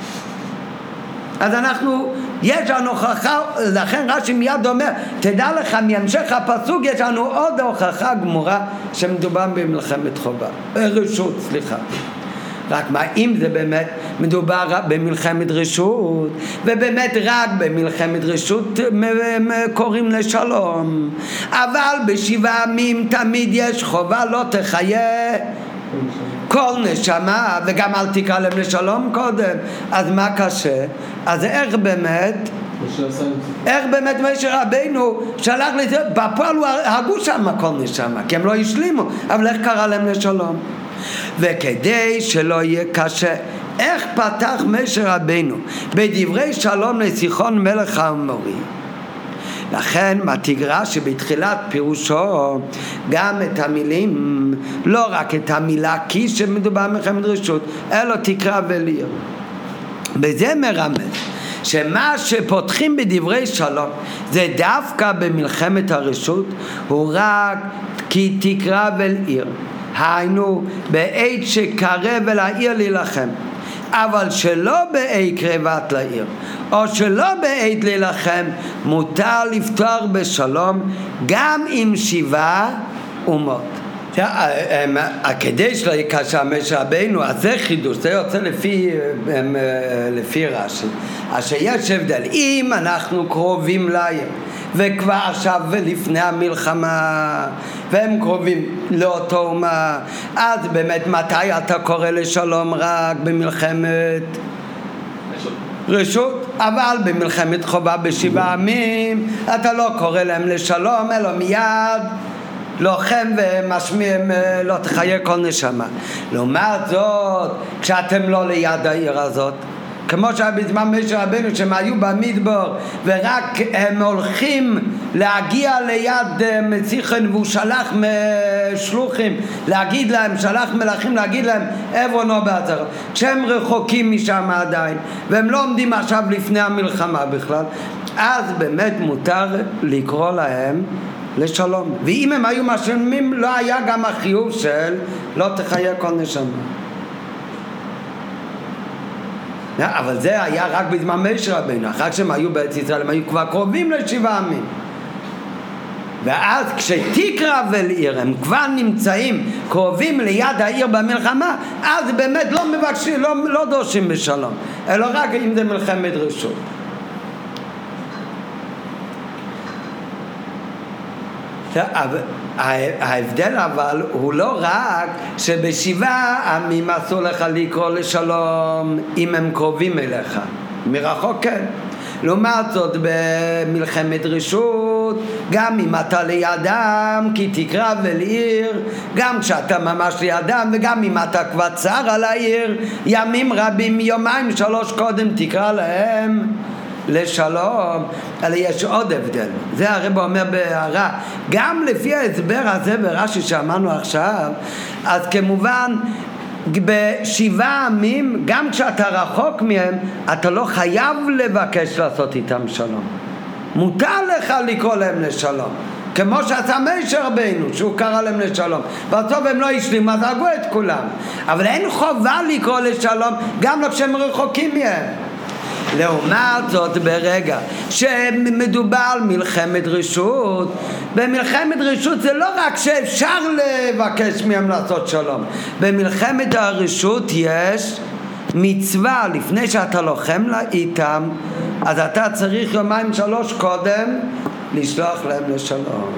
אז אנחנו, יש לנו הוכחה, לכן רש"י מיד אומר, תדע לך מהמשך הפסוק יש לנו עוד הוכחה גמורה שמדובר במלחמת חובה, רשות, סליחה. רק מה, אם זה באמת מדובר במלחמת רשות, ובאמת רק במלחמת רשות קוראים לשלום, אבל בשבעה עמים תמיד יש חובה לא תחיה כל נשמה, וגם אל תקרא להם לשלום קודם. אז מה קשה? אז איך באמת איך באמת משה רבינו שלח לזה, בפועל הוא הרגו שם כל נשמה כי הם לא השלימו, אבל איך קרא להם לשלום? וכדי שלא יהיה קשה, איך פתח משה רבינו בדברי שלום לסיחון מלך האמורי? לכן מתגרה שבתחילת פירושו גם את המילים, לא רק את המילה כי שמדובר במלחמת רשות, אלא תקרא אל עיר. בזה מרמז שמה שפותחים בדברי שלום זה דווקא במלחמת הרשות, הוא רק כי תקרא אל עיר, היינו בעת שקרב אל העיר להילחם, אבל שלא בעת קרבת לעיר או שלא בעת להילחם מותר לפתוח בשלום גם עם שבעה אומות. כדי שלא יקשה משה רבינו, אז זה חידוש, זה יוצא לפי, לפי רש"י, אז שיש הבדל אם אנחנו קרובים לעיר וכבר עכשיו ולפני המלחמה והם קרובים לאותו אומה, אז באמת מתי אתה קורא לשלום? רק במלחמת רשות. אבל במלחמת חובה בשבעה עמים אתה לא קורא להם לשלום, אלא מיד לוחם ומשמיע לא תחיה כל נשמה. לעומת זאת, כשאתם לא ליד העיר הזאת, כמו שבזמן משה רבנו שהם היו במדבר ורק הם הולכים להגיע ליד מציחן והוא שלח שלוחים להגיד להם, שלח מלאכים להגיד להם עברונו בעצרו, כשהם רחוקים משם עדיין והם לא עומדים עכשיו לפני המלחמה בכלל, אז באמת מותר לקרוא להם לשלום. ואם הם היו משלמים לא היה גם החיוב של לא תחיה כל נשמה. אבל זה היה רק בזמן משה רבנו. אחר שהם היו בארץ ישראל הם היו כבר קרובים לשבעה עמים, ואז כשתקרא ולעיר הם כבר נמצאים קרובים ליד העיר במלחמה, אז באמת לא מבקשים, לא, לא דורשים בשלום, אלא רק אם זה מלחמת רשות. ההבדל אבל הוא לא רק שבשבעה עמים אסור לך לקרוא לשלום אם הם קרובים אליך, מרחוק כן. לעומת זאת במלחמת רשות גם אם אתה לידם כי תקרא ולעיר, גם כשאתה ממש לידם וגם אם אתה כבר צר על העיר ימים רבים, יומיים שלוש קודם תקרא להם לשלום. אלא יש עוד הבדל, זה הרב אומר בהערה, גם לפי ההסבר הזה ברש"י שאמרנו עכשיו, אז כמובן בשבעה עמים גם כשאתה רחוק מהם אתה לא חייב לבקש לעשות איתם שלום, מותר לך לקרוא להם לשלום, כמו שעשה משה רבנו שהוא קרא להם לשלום, בסוף הם לא השלימו אז הרגו את כולם, אבל אין חובה לקרוא לשלום גם לא כשהם רחוקים מהם. לעומת זאת ברגע שמדובר על מלחמת רשות, במלחמת רשות זה לא רק שאפשר לבקש מהם לעשות שלום, במלחמת הרשות יש מצווה לפני שאתה לוחם איתם, אז אתה צריך יומיים שלוש קודם לשלוח להם לשלום.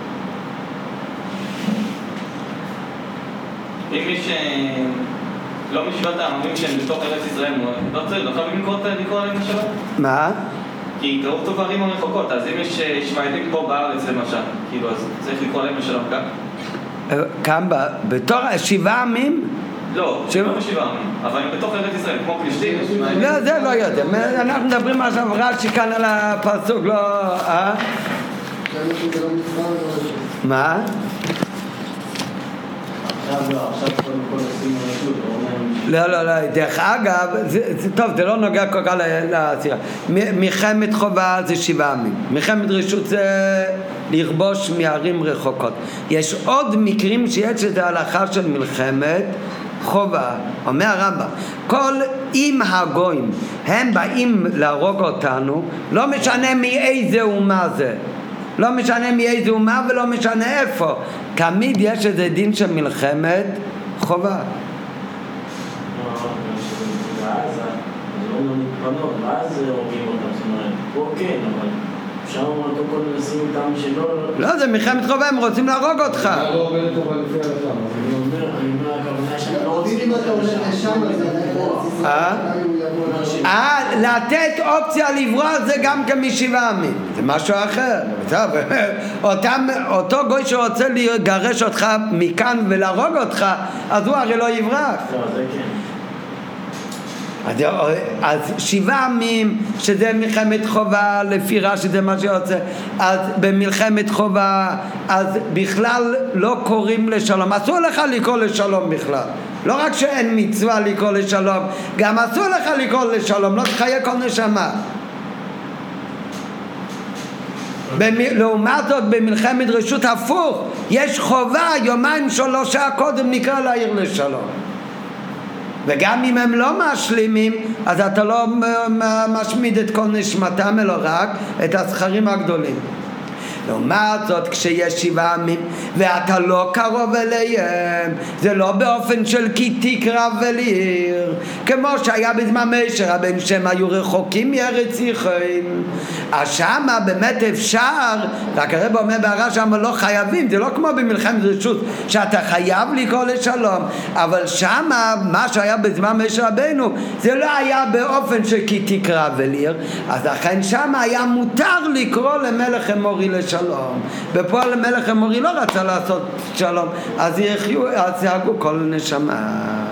אם יש לא משבעת העמים שהם בתוך ארץ ישראל, לא צריך, לא חייבים לקרוא להם לשלום? מה? כי קראו טוב הערים הרחוקות, אז אם יש ישמעאלים פה בארץ למשל, כאילו, אז צריך לקרוא להם לשלום כאן? כאן, בתור שבעה עמים? לא, לא בשבעה עמים, אבל הם בתוך ארץ ישראל, כמו פלישתים. לא, זה לא יודע, אנחנו מדברים עכשיו רש"י כאן על הפסוק, לא... אה? מה? לא, לא, לא, דרך אגב, זה, זה, טוב, זה לא נוגע כל כך לעשייה. מלחמת חובה זה שבעה עמים, מלחמת רשות זה לרבוש מערים רחוקות. יש עוד מקרים שיש את ההלכה של מלחמת חובה. אומר הרמב"ם, כל אם הגויים הם באים להרוג אותנו, לא משנה מאיזה אומה זה, לא משנה מאיזה אומה ולא משנה איפה, תמיד יש איזה דין של מלחמת חובה. לא, זה מלחמת חובה, הם רוצים להרוג אותך. אה, לתת אופציה לברוח זה גם כמשבעה עמים, זה משהו אחר. אותו גוי שרוצה לגרש אותך מכאן ולהרוג אותך, אז הוא הרי לא יברח. אז שבעה עמים שזה מלחמת חובה, לפי רש"י זה מה שיוצא, אז במלחמת חובה אז בכלל לא קוראים לשלום, אסור לך לקרוא לשלום בכלל, לא רק שאין מצווה לקרוא לשלום, גם אסור לך לקרוא לשלום, לא תחיה כל נשמה. לעומת זאת במלחמת רשות הפוך, יש חובה יומיים שלושה קודם נקרא לעיר לשלום, וגם אם הם לא משלימים אז אתה לא משמיד את כל נשמתם אלא רק את הזכרים הגדולים. לעומת זאת כשיש שבעה עמים ואתה לא קרוב אליהם, זה לא באופן של כי תקרב ולעיר, כמו שהיה בזמן משה רבנו שהם היו רחוקים מארץ יחיים. אז שמה באמת אפשר, רק הרב אומר בהר"ש שמה לא חייבים, זה לא כמו במלחמת רשות שאתה חייב לקרוא לשלום, אבל שמה מה שהיה בזמן משה רבנו זה לא היה באופן שכי תקרב ולעיר, אז לכן שמה היה מותר לקרוא למלך אמורי לשלום. בפועל למלך אמורי לא רצה לעשות שלום, אז יחיו, אז יהגו כל נשמה.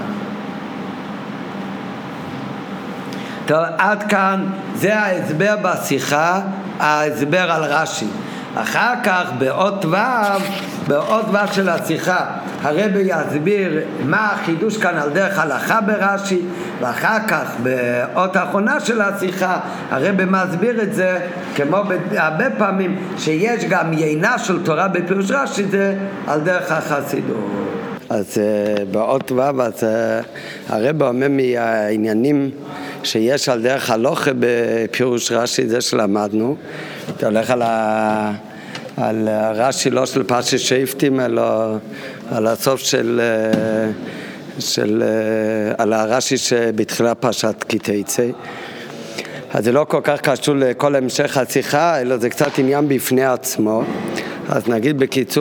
טוב, עד כאן זה ההסבר בשיחה, ההסבר על רש"י. אחר כך באות ו', באות ו' של השיחה הרבי יסביר מה החידוש כאן על דרך הלכה ברש"י, ואחר כך באות האחרונה של השיחה הרבי מסביר את זה כמו הרבה פעמים שיש גם יינה של תורה בפירוש רש"י, זה על דרך החסידות. אז באות ו' אז הרבי אומר מהעניינים שיש על דרך הלכה בפירוש רש"י, זה שלמדנו, אתה הולך על ה... על רש"י לא של פרשת שופטים, אלא על הסוף של, של על הרש"י שבתחילת פרשת כי תצא. אז זה לא כל כך קשור לכל המשך השיחה, אלא זה קצת עניין בפני עצמו. אז נגיד בקיצור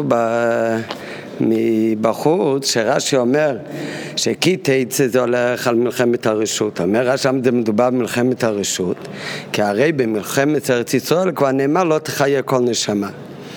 מבחוץ שרש"י אומר שכי תצא זה הולך על מלחמת הרשות. אומר רש"י זה מדובר במלחמת הרשות, כי הרי במלחמת ארץ ישראל כבר נאמר לא תחיה כל נשמה,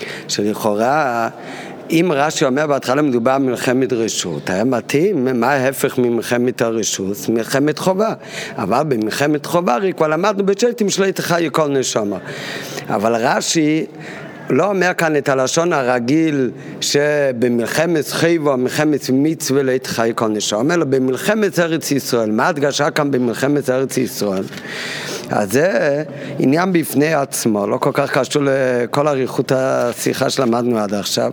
שלכאורה אם רש"י אומר בהתחלה מדובר במלחמת רשות, היה מתאים מה ההפך ממלחמת הרשות? מלחמת חובה. אבל במלחמת חובה הרי כבר למדנו בצ'לטים שלא תחיה כל נשמה, אבל רש"י לא אומר כאן את הלשון הרגיל שבמלחמת חייבו, מלחמת מצווה לא תחיה כל נשמה, אומר לו במלחמת ארץ ישראל. מה הדגשה כאן במלחמת ארץ ישראל? אז זה עניין בפני עצמו, לא כל כך קשור לכל אריכות השיחה שלמדנו עד עכשיו.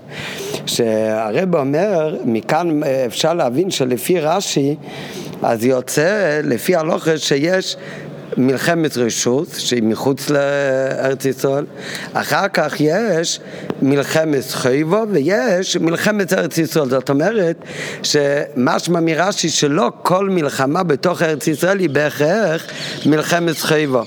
שהרב אומר, מכאן אפשר להבין שלפי רש"י, אז יוצא לפי הלכה שיש מלחמת רשות שהיא מחוץ לארץ ישראל, אחר כך יש מלחמת חייבו ויש מלחמת ארץ ישראל. זאת אומרת שמשמע מרש"י שלא כל מלחמה בתוך ארץ ישראל היא בהכרח מלחמת חייבו,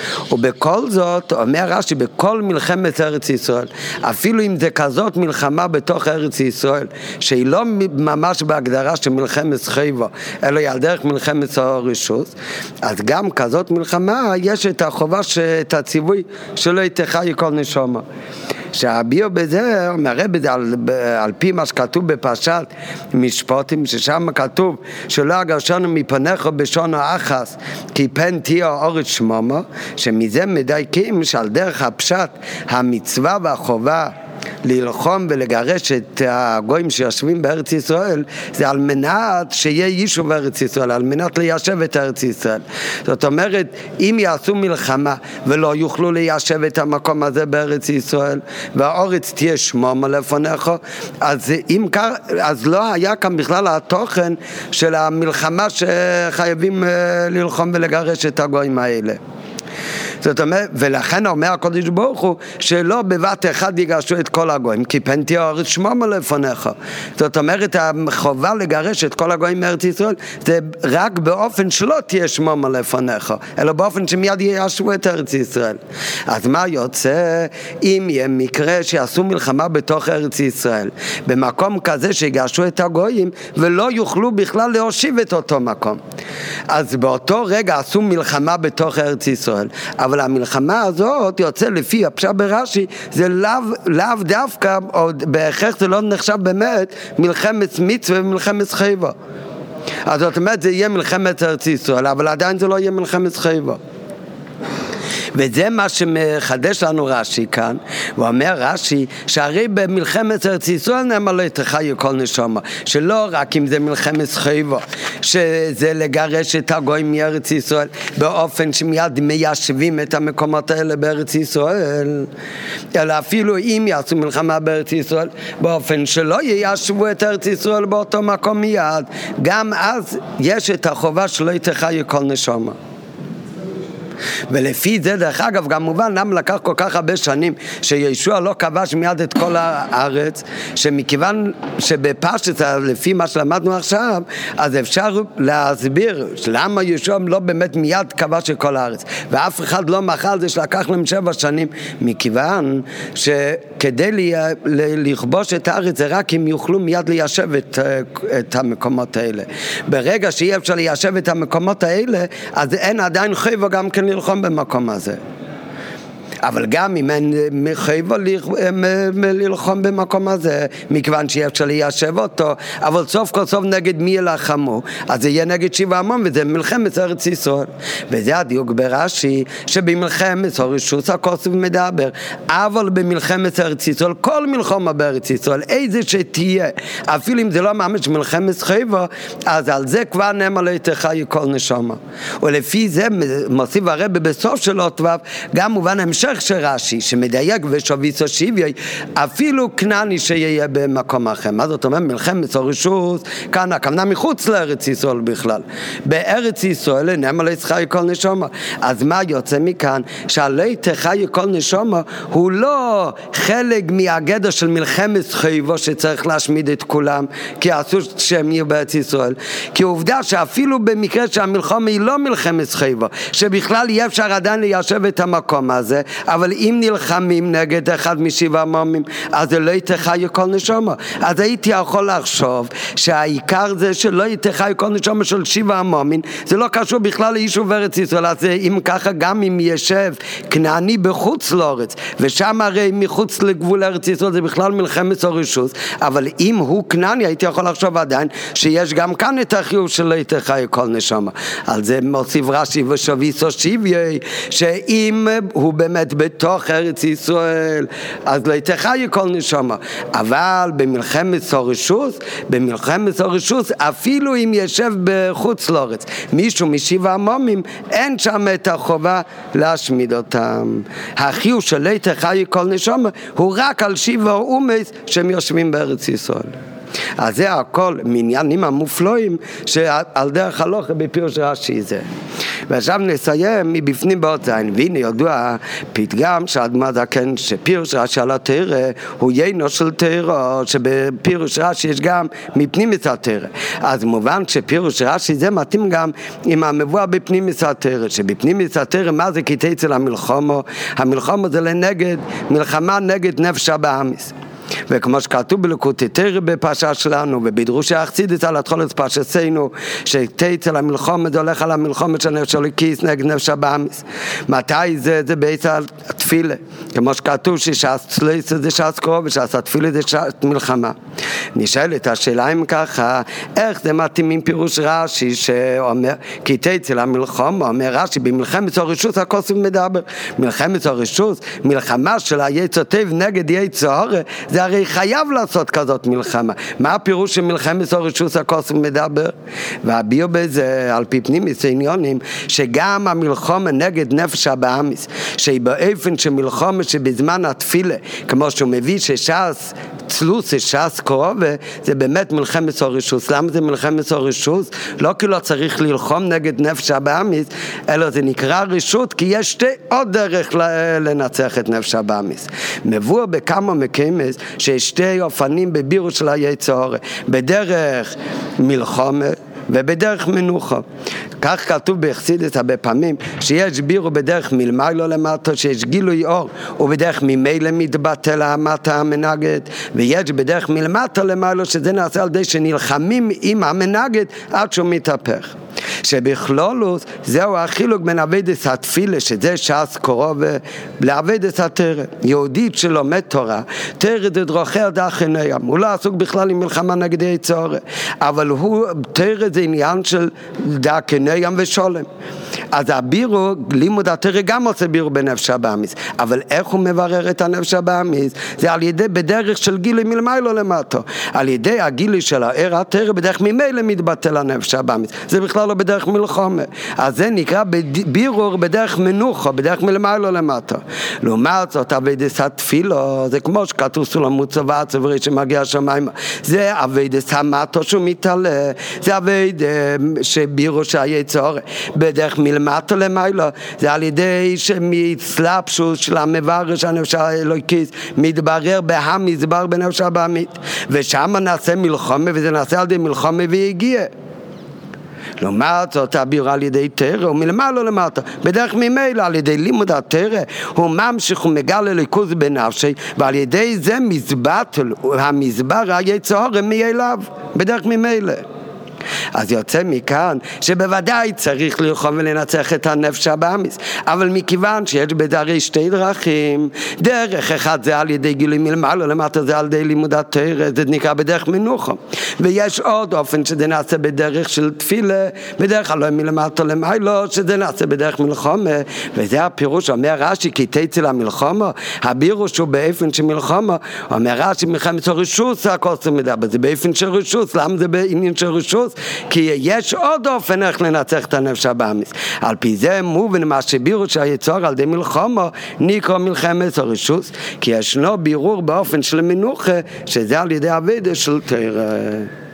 ובכל זאת אומר רש"י בכל מלחמת ארץ ישראל, אפילו אם זה כזאת מלחמה בתוך ארץ ישראל שהיא לא ממש בהגדרה של מלחמת חייבו אלא היא על דרך מלחמת הרשות, אז גם כזאת מלחמה יש את החובה, את הציווי שלא תחיה כל נשמה. שהביאו בזה מראה בזה על, על פי מה שכתוב בפרשת משפטים, ששם כתוב שלא אגרשנו מפניך בשונו אחס כי פן תהיה אורץ שממה, שמזה מדייקים שעל דרך הפשט המצווה והחובה ללחום ולגרש את הגויים שיושבים בארץ ישראל זה על מנת שיהיה יישוב בארץ ישראל, על מנת ליישב את ארץ ישראל. זאת אומרת אם יעשו מלחמה ולא יוכלו ליישב את המקום הזה בארץ ישראל והאורץ תהיה שממה לפניך, אז, אם, אז לא היה כאן בכלל התוכן של המלחמה שחייבים ללחום ולגרש את הגויים האלה. זאת אומרת, ולכן אומר הקדוש ברוך הוא שלא בבת אחד יגרשו את כל הגויים כי פן תהיה ארץ שממה לפניך. זאת אומרת החובה לגרש את כל הגויים מארץ ישראל זה רק באופן שלא תהיה שממה לפניך, אלא באופן שמיד יישבו את ארץ ישראל. אז מה יוצא? אם יהיה מקרה שיעשו מלחמה בתוך ארץ ישראל במקום כזה שיגרשו את הגויים ולא יוכלו בכלל להושיב את אותו מקום, אז באותו רגע עשו מלחמה בתוך ארץ ישראל, אבל המלחמה הזאת יוצא לפי הפשט ברש"י זה לאו, לאו דווקא, או בהכרח זה לא נחשב באמת מלחמת מצווה ומלחמת חייבו. אז זאת אומרת זה יהיה מלחמת ארץ ישראל, אבל עדיין זה לא יהיה מלחמת חייבו. וזה מה שמחדש לנו רש"י כאן. הוא אומר רש"י שהרי במלחמת ארץ ישראל נאמר לא תחיה כל נשמה, שלא רק אם זה מלחמת חייבו שזה לגרש את הגויים מארץ ישראל באופן שמיד מיישבים את המקומות האלה בארץ ישראל, אלא אפילו אם יעשו מלחמה בארץ ישראל באופן שלא יישבו את ארץ ישראל באותו מקום מיד, גם אז יש את החובה שלא תחיה כל נשמה. ולפי זה דרך אגב גם מובן למה לקח כל כך הרבה שנים שישוע לא כבש מיד את כל הארץ, שמכיוון שבפשט לפי מה שלמדנו עכשיו אז אפשר להסביר למה ישוע לא באמת מיד כבש את כל הארץ, ואף אחד לא מחל על זה שלקח להם שבע שנים, מכיוון שכדי לי, לכבוש את הארץ זה רק אם יוכלו מיד ליישב את, את המקומות האלה. ברגע שאי אפשר ליישב את המקומות האלה אז אין עדיין חייב גם כן ללחום במקום הזה. אבל גם אם אין חייב ללחום במקום הזה, מכיוון שאי אפשר ליישב אותו, אבל סוף כל סוף נגד מי ילחמו? אז זה יהיה נגד שבע עמם, וזה מלחמת ארץ ישראל. וזה הדיוק ברש"י, שבמלחמת רשות הכוסף מדבר, אבל במלחמת ארץ ישראל, כל מלחמה בארץ ישראל, איזה שתהיה, אפילו אם זה לא ממש מלחמת חייב, אז על זה כבר נאמר לא תחי כל נשמה. ולפי זה מוסיף הרב בסוף של עוד טוב, גם מובן המשך שרש"י שמדייק ושוויסו שיבי אפילו כנעני שיהיה במקום אחר. מה זאת אומרת? מלחמת רשות כאן הכוונה מחוץ לארץ ישראל בכלל, בארץ ישראל נאמר לא תחי כל נשמה. אז מה יוצא מכאן? שהלא תחי כל נשמה הוא לא חלק מהגדר של מלחמת חייבו שצריך להשמיד את כולם כי אסור שהם יהיו בארץ ישראל, כי עובדה שאפילו במקרה שהמלחמה היא לא מלחמת חייבו, שבכלל יהיה אפשר עדיין ליישב את המקום הזה, אבל אם נלחמים נגד אחד משבעה עממים אז זה לא יתחי כל נשמה. אז הייתי יכול לחשוב שהעיקר זה שלא יתחי כל נשמה של שבעה עממים, זה לא קשור בכלל ליישוב ארץ ישראל. אז אם ככה גם אם ישב כנעני בחוץ לארץ ושם הרי מחוץ לגבול ארץ ישראל זה בכלל מלחמת רשות, אבל אם הוא כנעני הייתי יכול לחשוב עדיין שיש גם כאן את החיוב של לא יתחי כל נשמה. על זה מוסיף רש"י ושוויסו שיבי שאם הוא באמת בתוך ארץ ישראל אז לא יתחי כל נשמה, אבל במלחמת רשות, במלחמת רשות אפילו אם ישב בחוץ לארץ מישהו משבעה עממים אין שם את החובה להשמיד אותם. החיוב של לא יתחי כל נשמה הוא רק על שבעה אומות שהם יושבים בארץ ישראל. אז זה הכל מעניינים המופלאים שעל דרך הלכה בפירוש רש"י זה. ועכשיו נסיים מבפנים באות זין. והנה ידוע פתגם שאדמה זקן שפירוש רש"י על התורה הוא יינו של תורה, שבפירוש רש"י יש גם מפנים התורה. אז מובן שפירוש רש"י זה מתאים גם עם המבוא בפנים התורה, שבפנים התורה מה זה? כי תצא למלחמה, המלחמה זה לנגד, מלחמה נגד נפש הבאמיס. וכמו שכתוב בליקוטי תורה בפרשה שלנו ובדרוש האחסידות על התחולת פרשתנו שתצא למלחמה זה הולך על המלחמה של נפש אלוקיס נגד נפש הבאמיס. מתי זה? זה בעצם התפילה, כמו שכתוב ששעת צלויס זה שעת קרוב ושעת התפילה זה שעת מלחמה. נשאלת השאלה אם ככה איך זה מתאים עם פירוש רש"י שאומר כי תצא למלחמה, אומר רש"י במלחמת הרשות הכוסף מדבר, מלחמת הרשות מלחמה של היצר טוב נגד יצר, זה הרי חייב לעשות כזאת מלחמה. מה הפירוש של מלחמת הרשות הכוסף מדבר? והביאו בזה על פי פנימיס עניונים שגם המלחמה נגד נפש הבאמיס שהיא באופן שמלחמה שבזמן התפילה כמו שהוא מביא שש"ס צלוס ש"ס קרוב זה באמת מלחמת הרשות. למה זה מלחמת הרשות? לא כי לא צריך ללחום נגד נפש הבאמיס אלא זה נקרא רשות כי יש שתי עוד דרך לנצח את נפש הבאמיס. מבוא בכמה מקיימס שיש שתי אופנים בבירו של היצר, בדרך מלחמה ובדרך מנוחה. כך כתוב באחסידות הרבה פעמים שיש בירו בדרך מלמיילו למטה, שיש גילוי אור ובדרך ממילא מתבטל המטה המנגד, ויש בדרך מלמטה למיילו שזה נעשה על די שנלחמים עם המנגד עד שהוא מתהפך. שבכללות זהו החילוק בין עבודת התפילה שזה ש"ס קרוב לעבודת התורה. יהודית שלומד תורה, תורה זה דרכי דרכי ים, הוא לא עסוק בכלל עם מלחמה נגד יצר, אבל הוא תורה זה עניין של דרכי ים ושולם. אז הבירו, לימוד התורה גם עושה בירו בנפש הבאמיס, אבל איך הוא מברר את הנפש הבאמיס? זה על ידי בדרך של גילוי מלמיילו למטה, על ידי הגילוי של הער התורה בדרך ממילא מתבטל הנפש הבאמיס, זה בכלל לא בדרך בדרך מלחמה. אז זה נקרא בירור בדרך מנוחה, בדרך מלמעלה למטה. לעומת זאת, עבודת התפילה, זה כמו שכתוב סולם מוצא צברי שמגיע השמיים, זה עבודת המטה שהוא מתעלה, זה עבודת שבירור שהיצור בדרך מלמטה למעלה, זה על ידי שמצלפשוס של המברש הנפש האלוקיס מתברר בהמסבר בנפש הבאמית, ושם נעשה מלחמה, וזה נעשה על ידי מלחמה והגיע. לעומת זאת, הבירור על ידי תרא הוא מלמעלה למטה, בדרך ממילא על ידי לימוד התרא הוא ממשיך ומגלה ליכוז בנפשי, ועל ידי זה מזבטל המסבר היצור מאליו, בדרך ממילא. אז יוצא מכאן שבוודאי צריך ללחום ולנצח את הנפש הבאמיס, אבל מכיוון שיש בזה הרי שתי דרכים, דרך אחד זה על ידי גילוי מלמעלה למטה, זה על ידי לימוד התורה, זה נקרא בדרך מנוחה, ויש עוד אופן שזה נעשה בדרך של תפילה, בדרך הלא מלמטה למעלה, שזה נעשה בדרך מלחמה, וזה הפירוש. אומר רש"י כי תצא למלחמה, הבירוש הוא באופן של מלחמה. אומר רש"י מלחמת רשוס, הכל זה מדבר, זה באופן של רשוס. למה זה בעניין של רשוס? כי יש עוד אופן איך לנצח את הנפש הבאמיס. על פי זה מובן מה שבירוש היצור על ידי מלחמה נקרא מלחמת הרשוס, כי ישנו בירור באופן של מנוחה, שזה על ידי עבודה של תורה.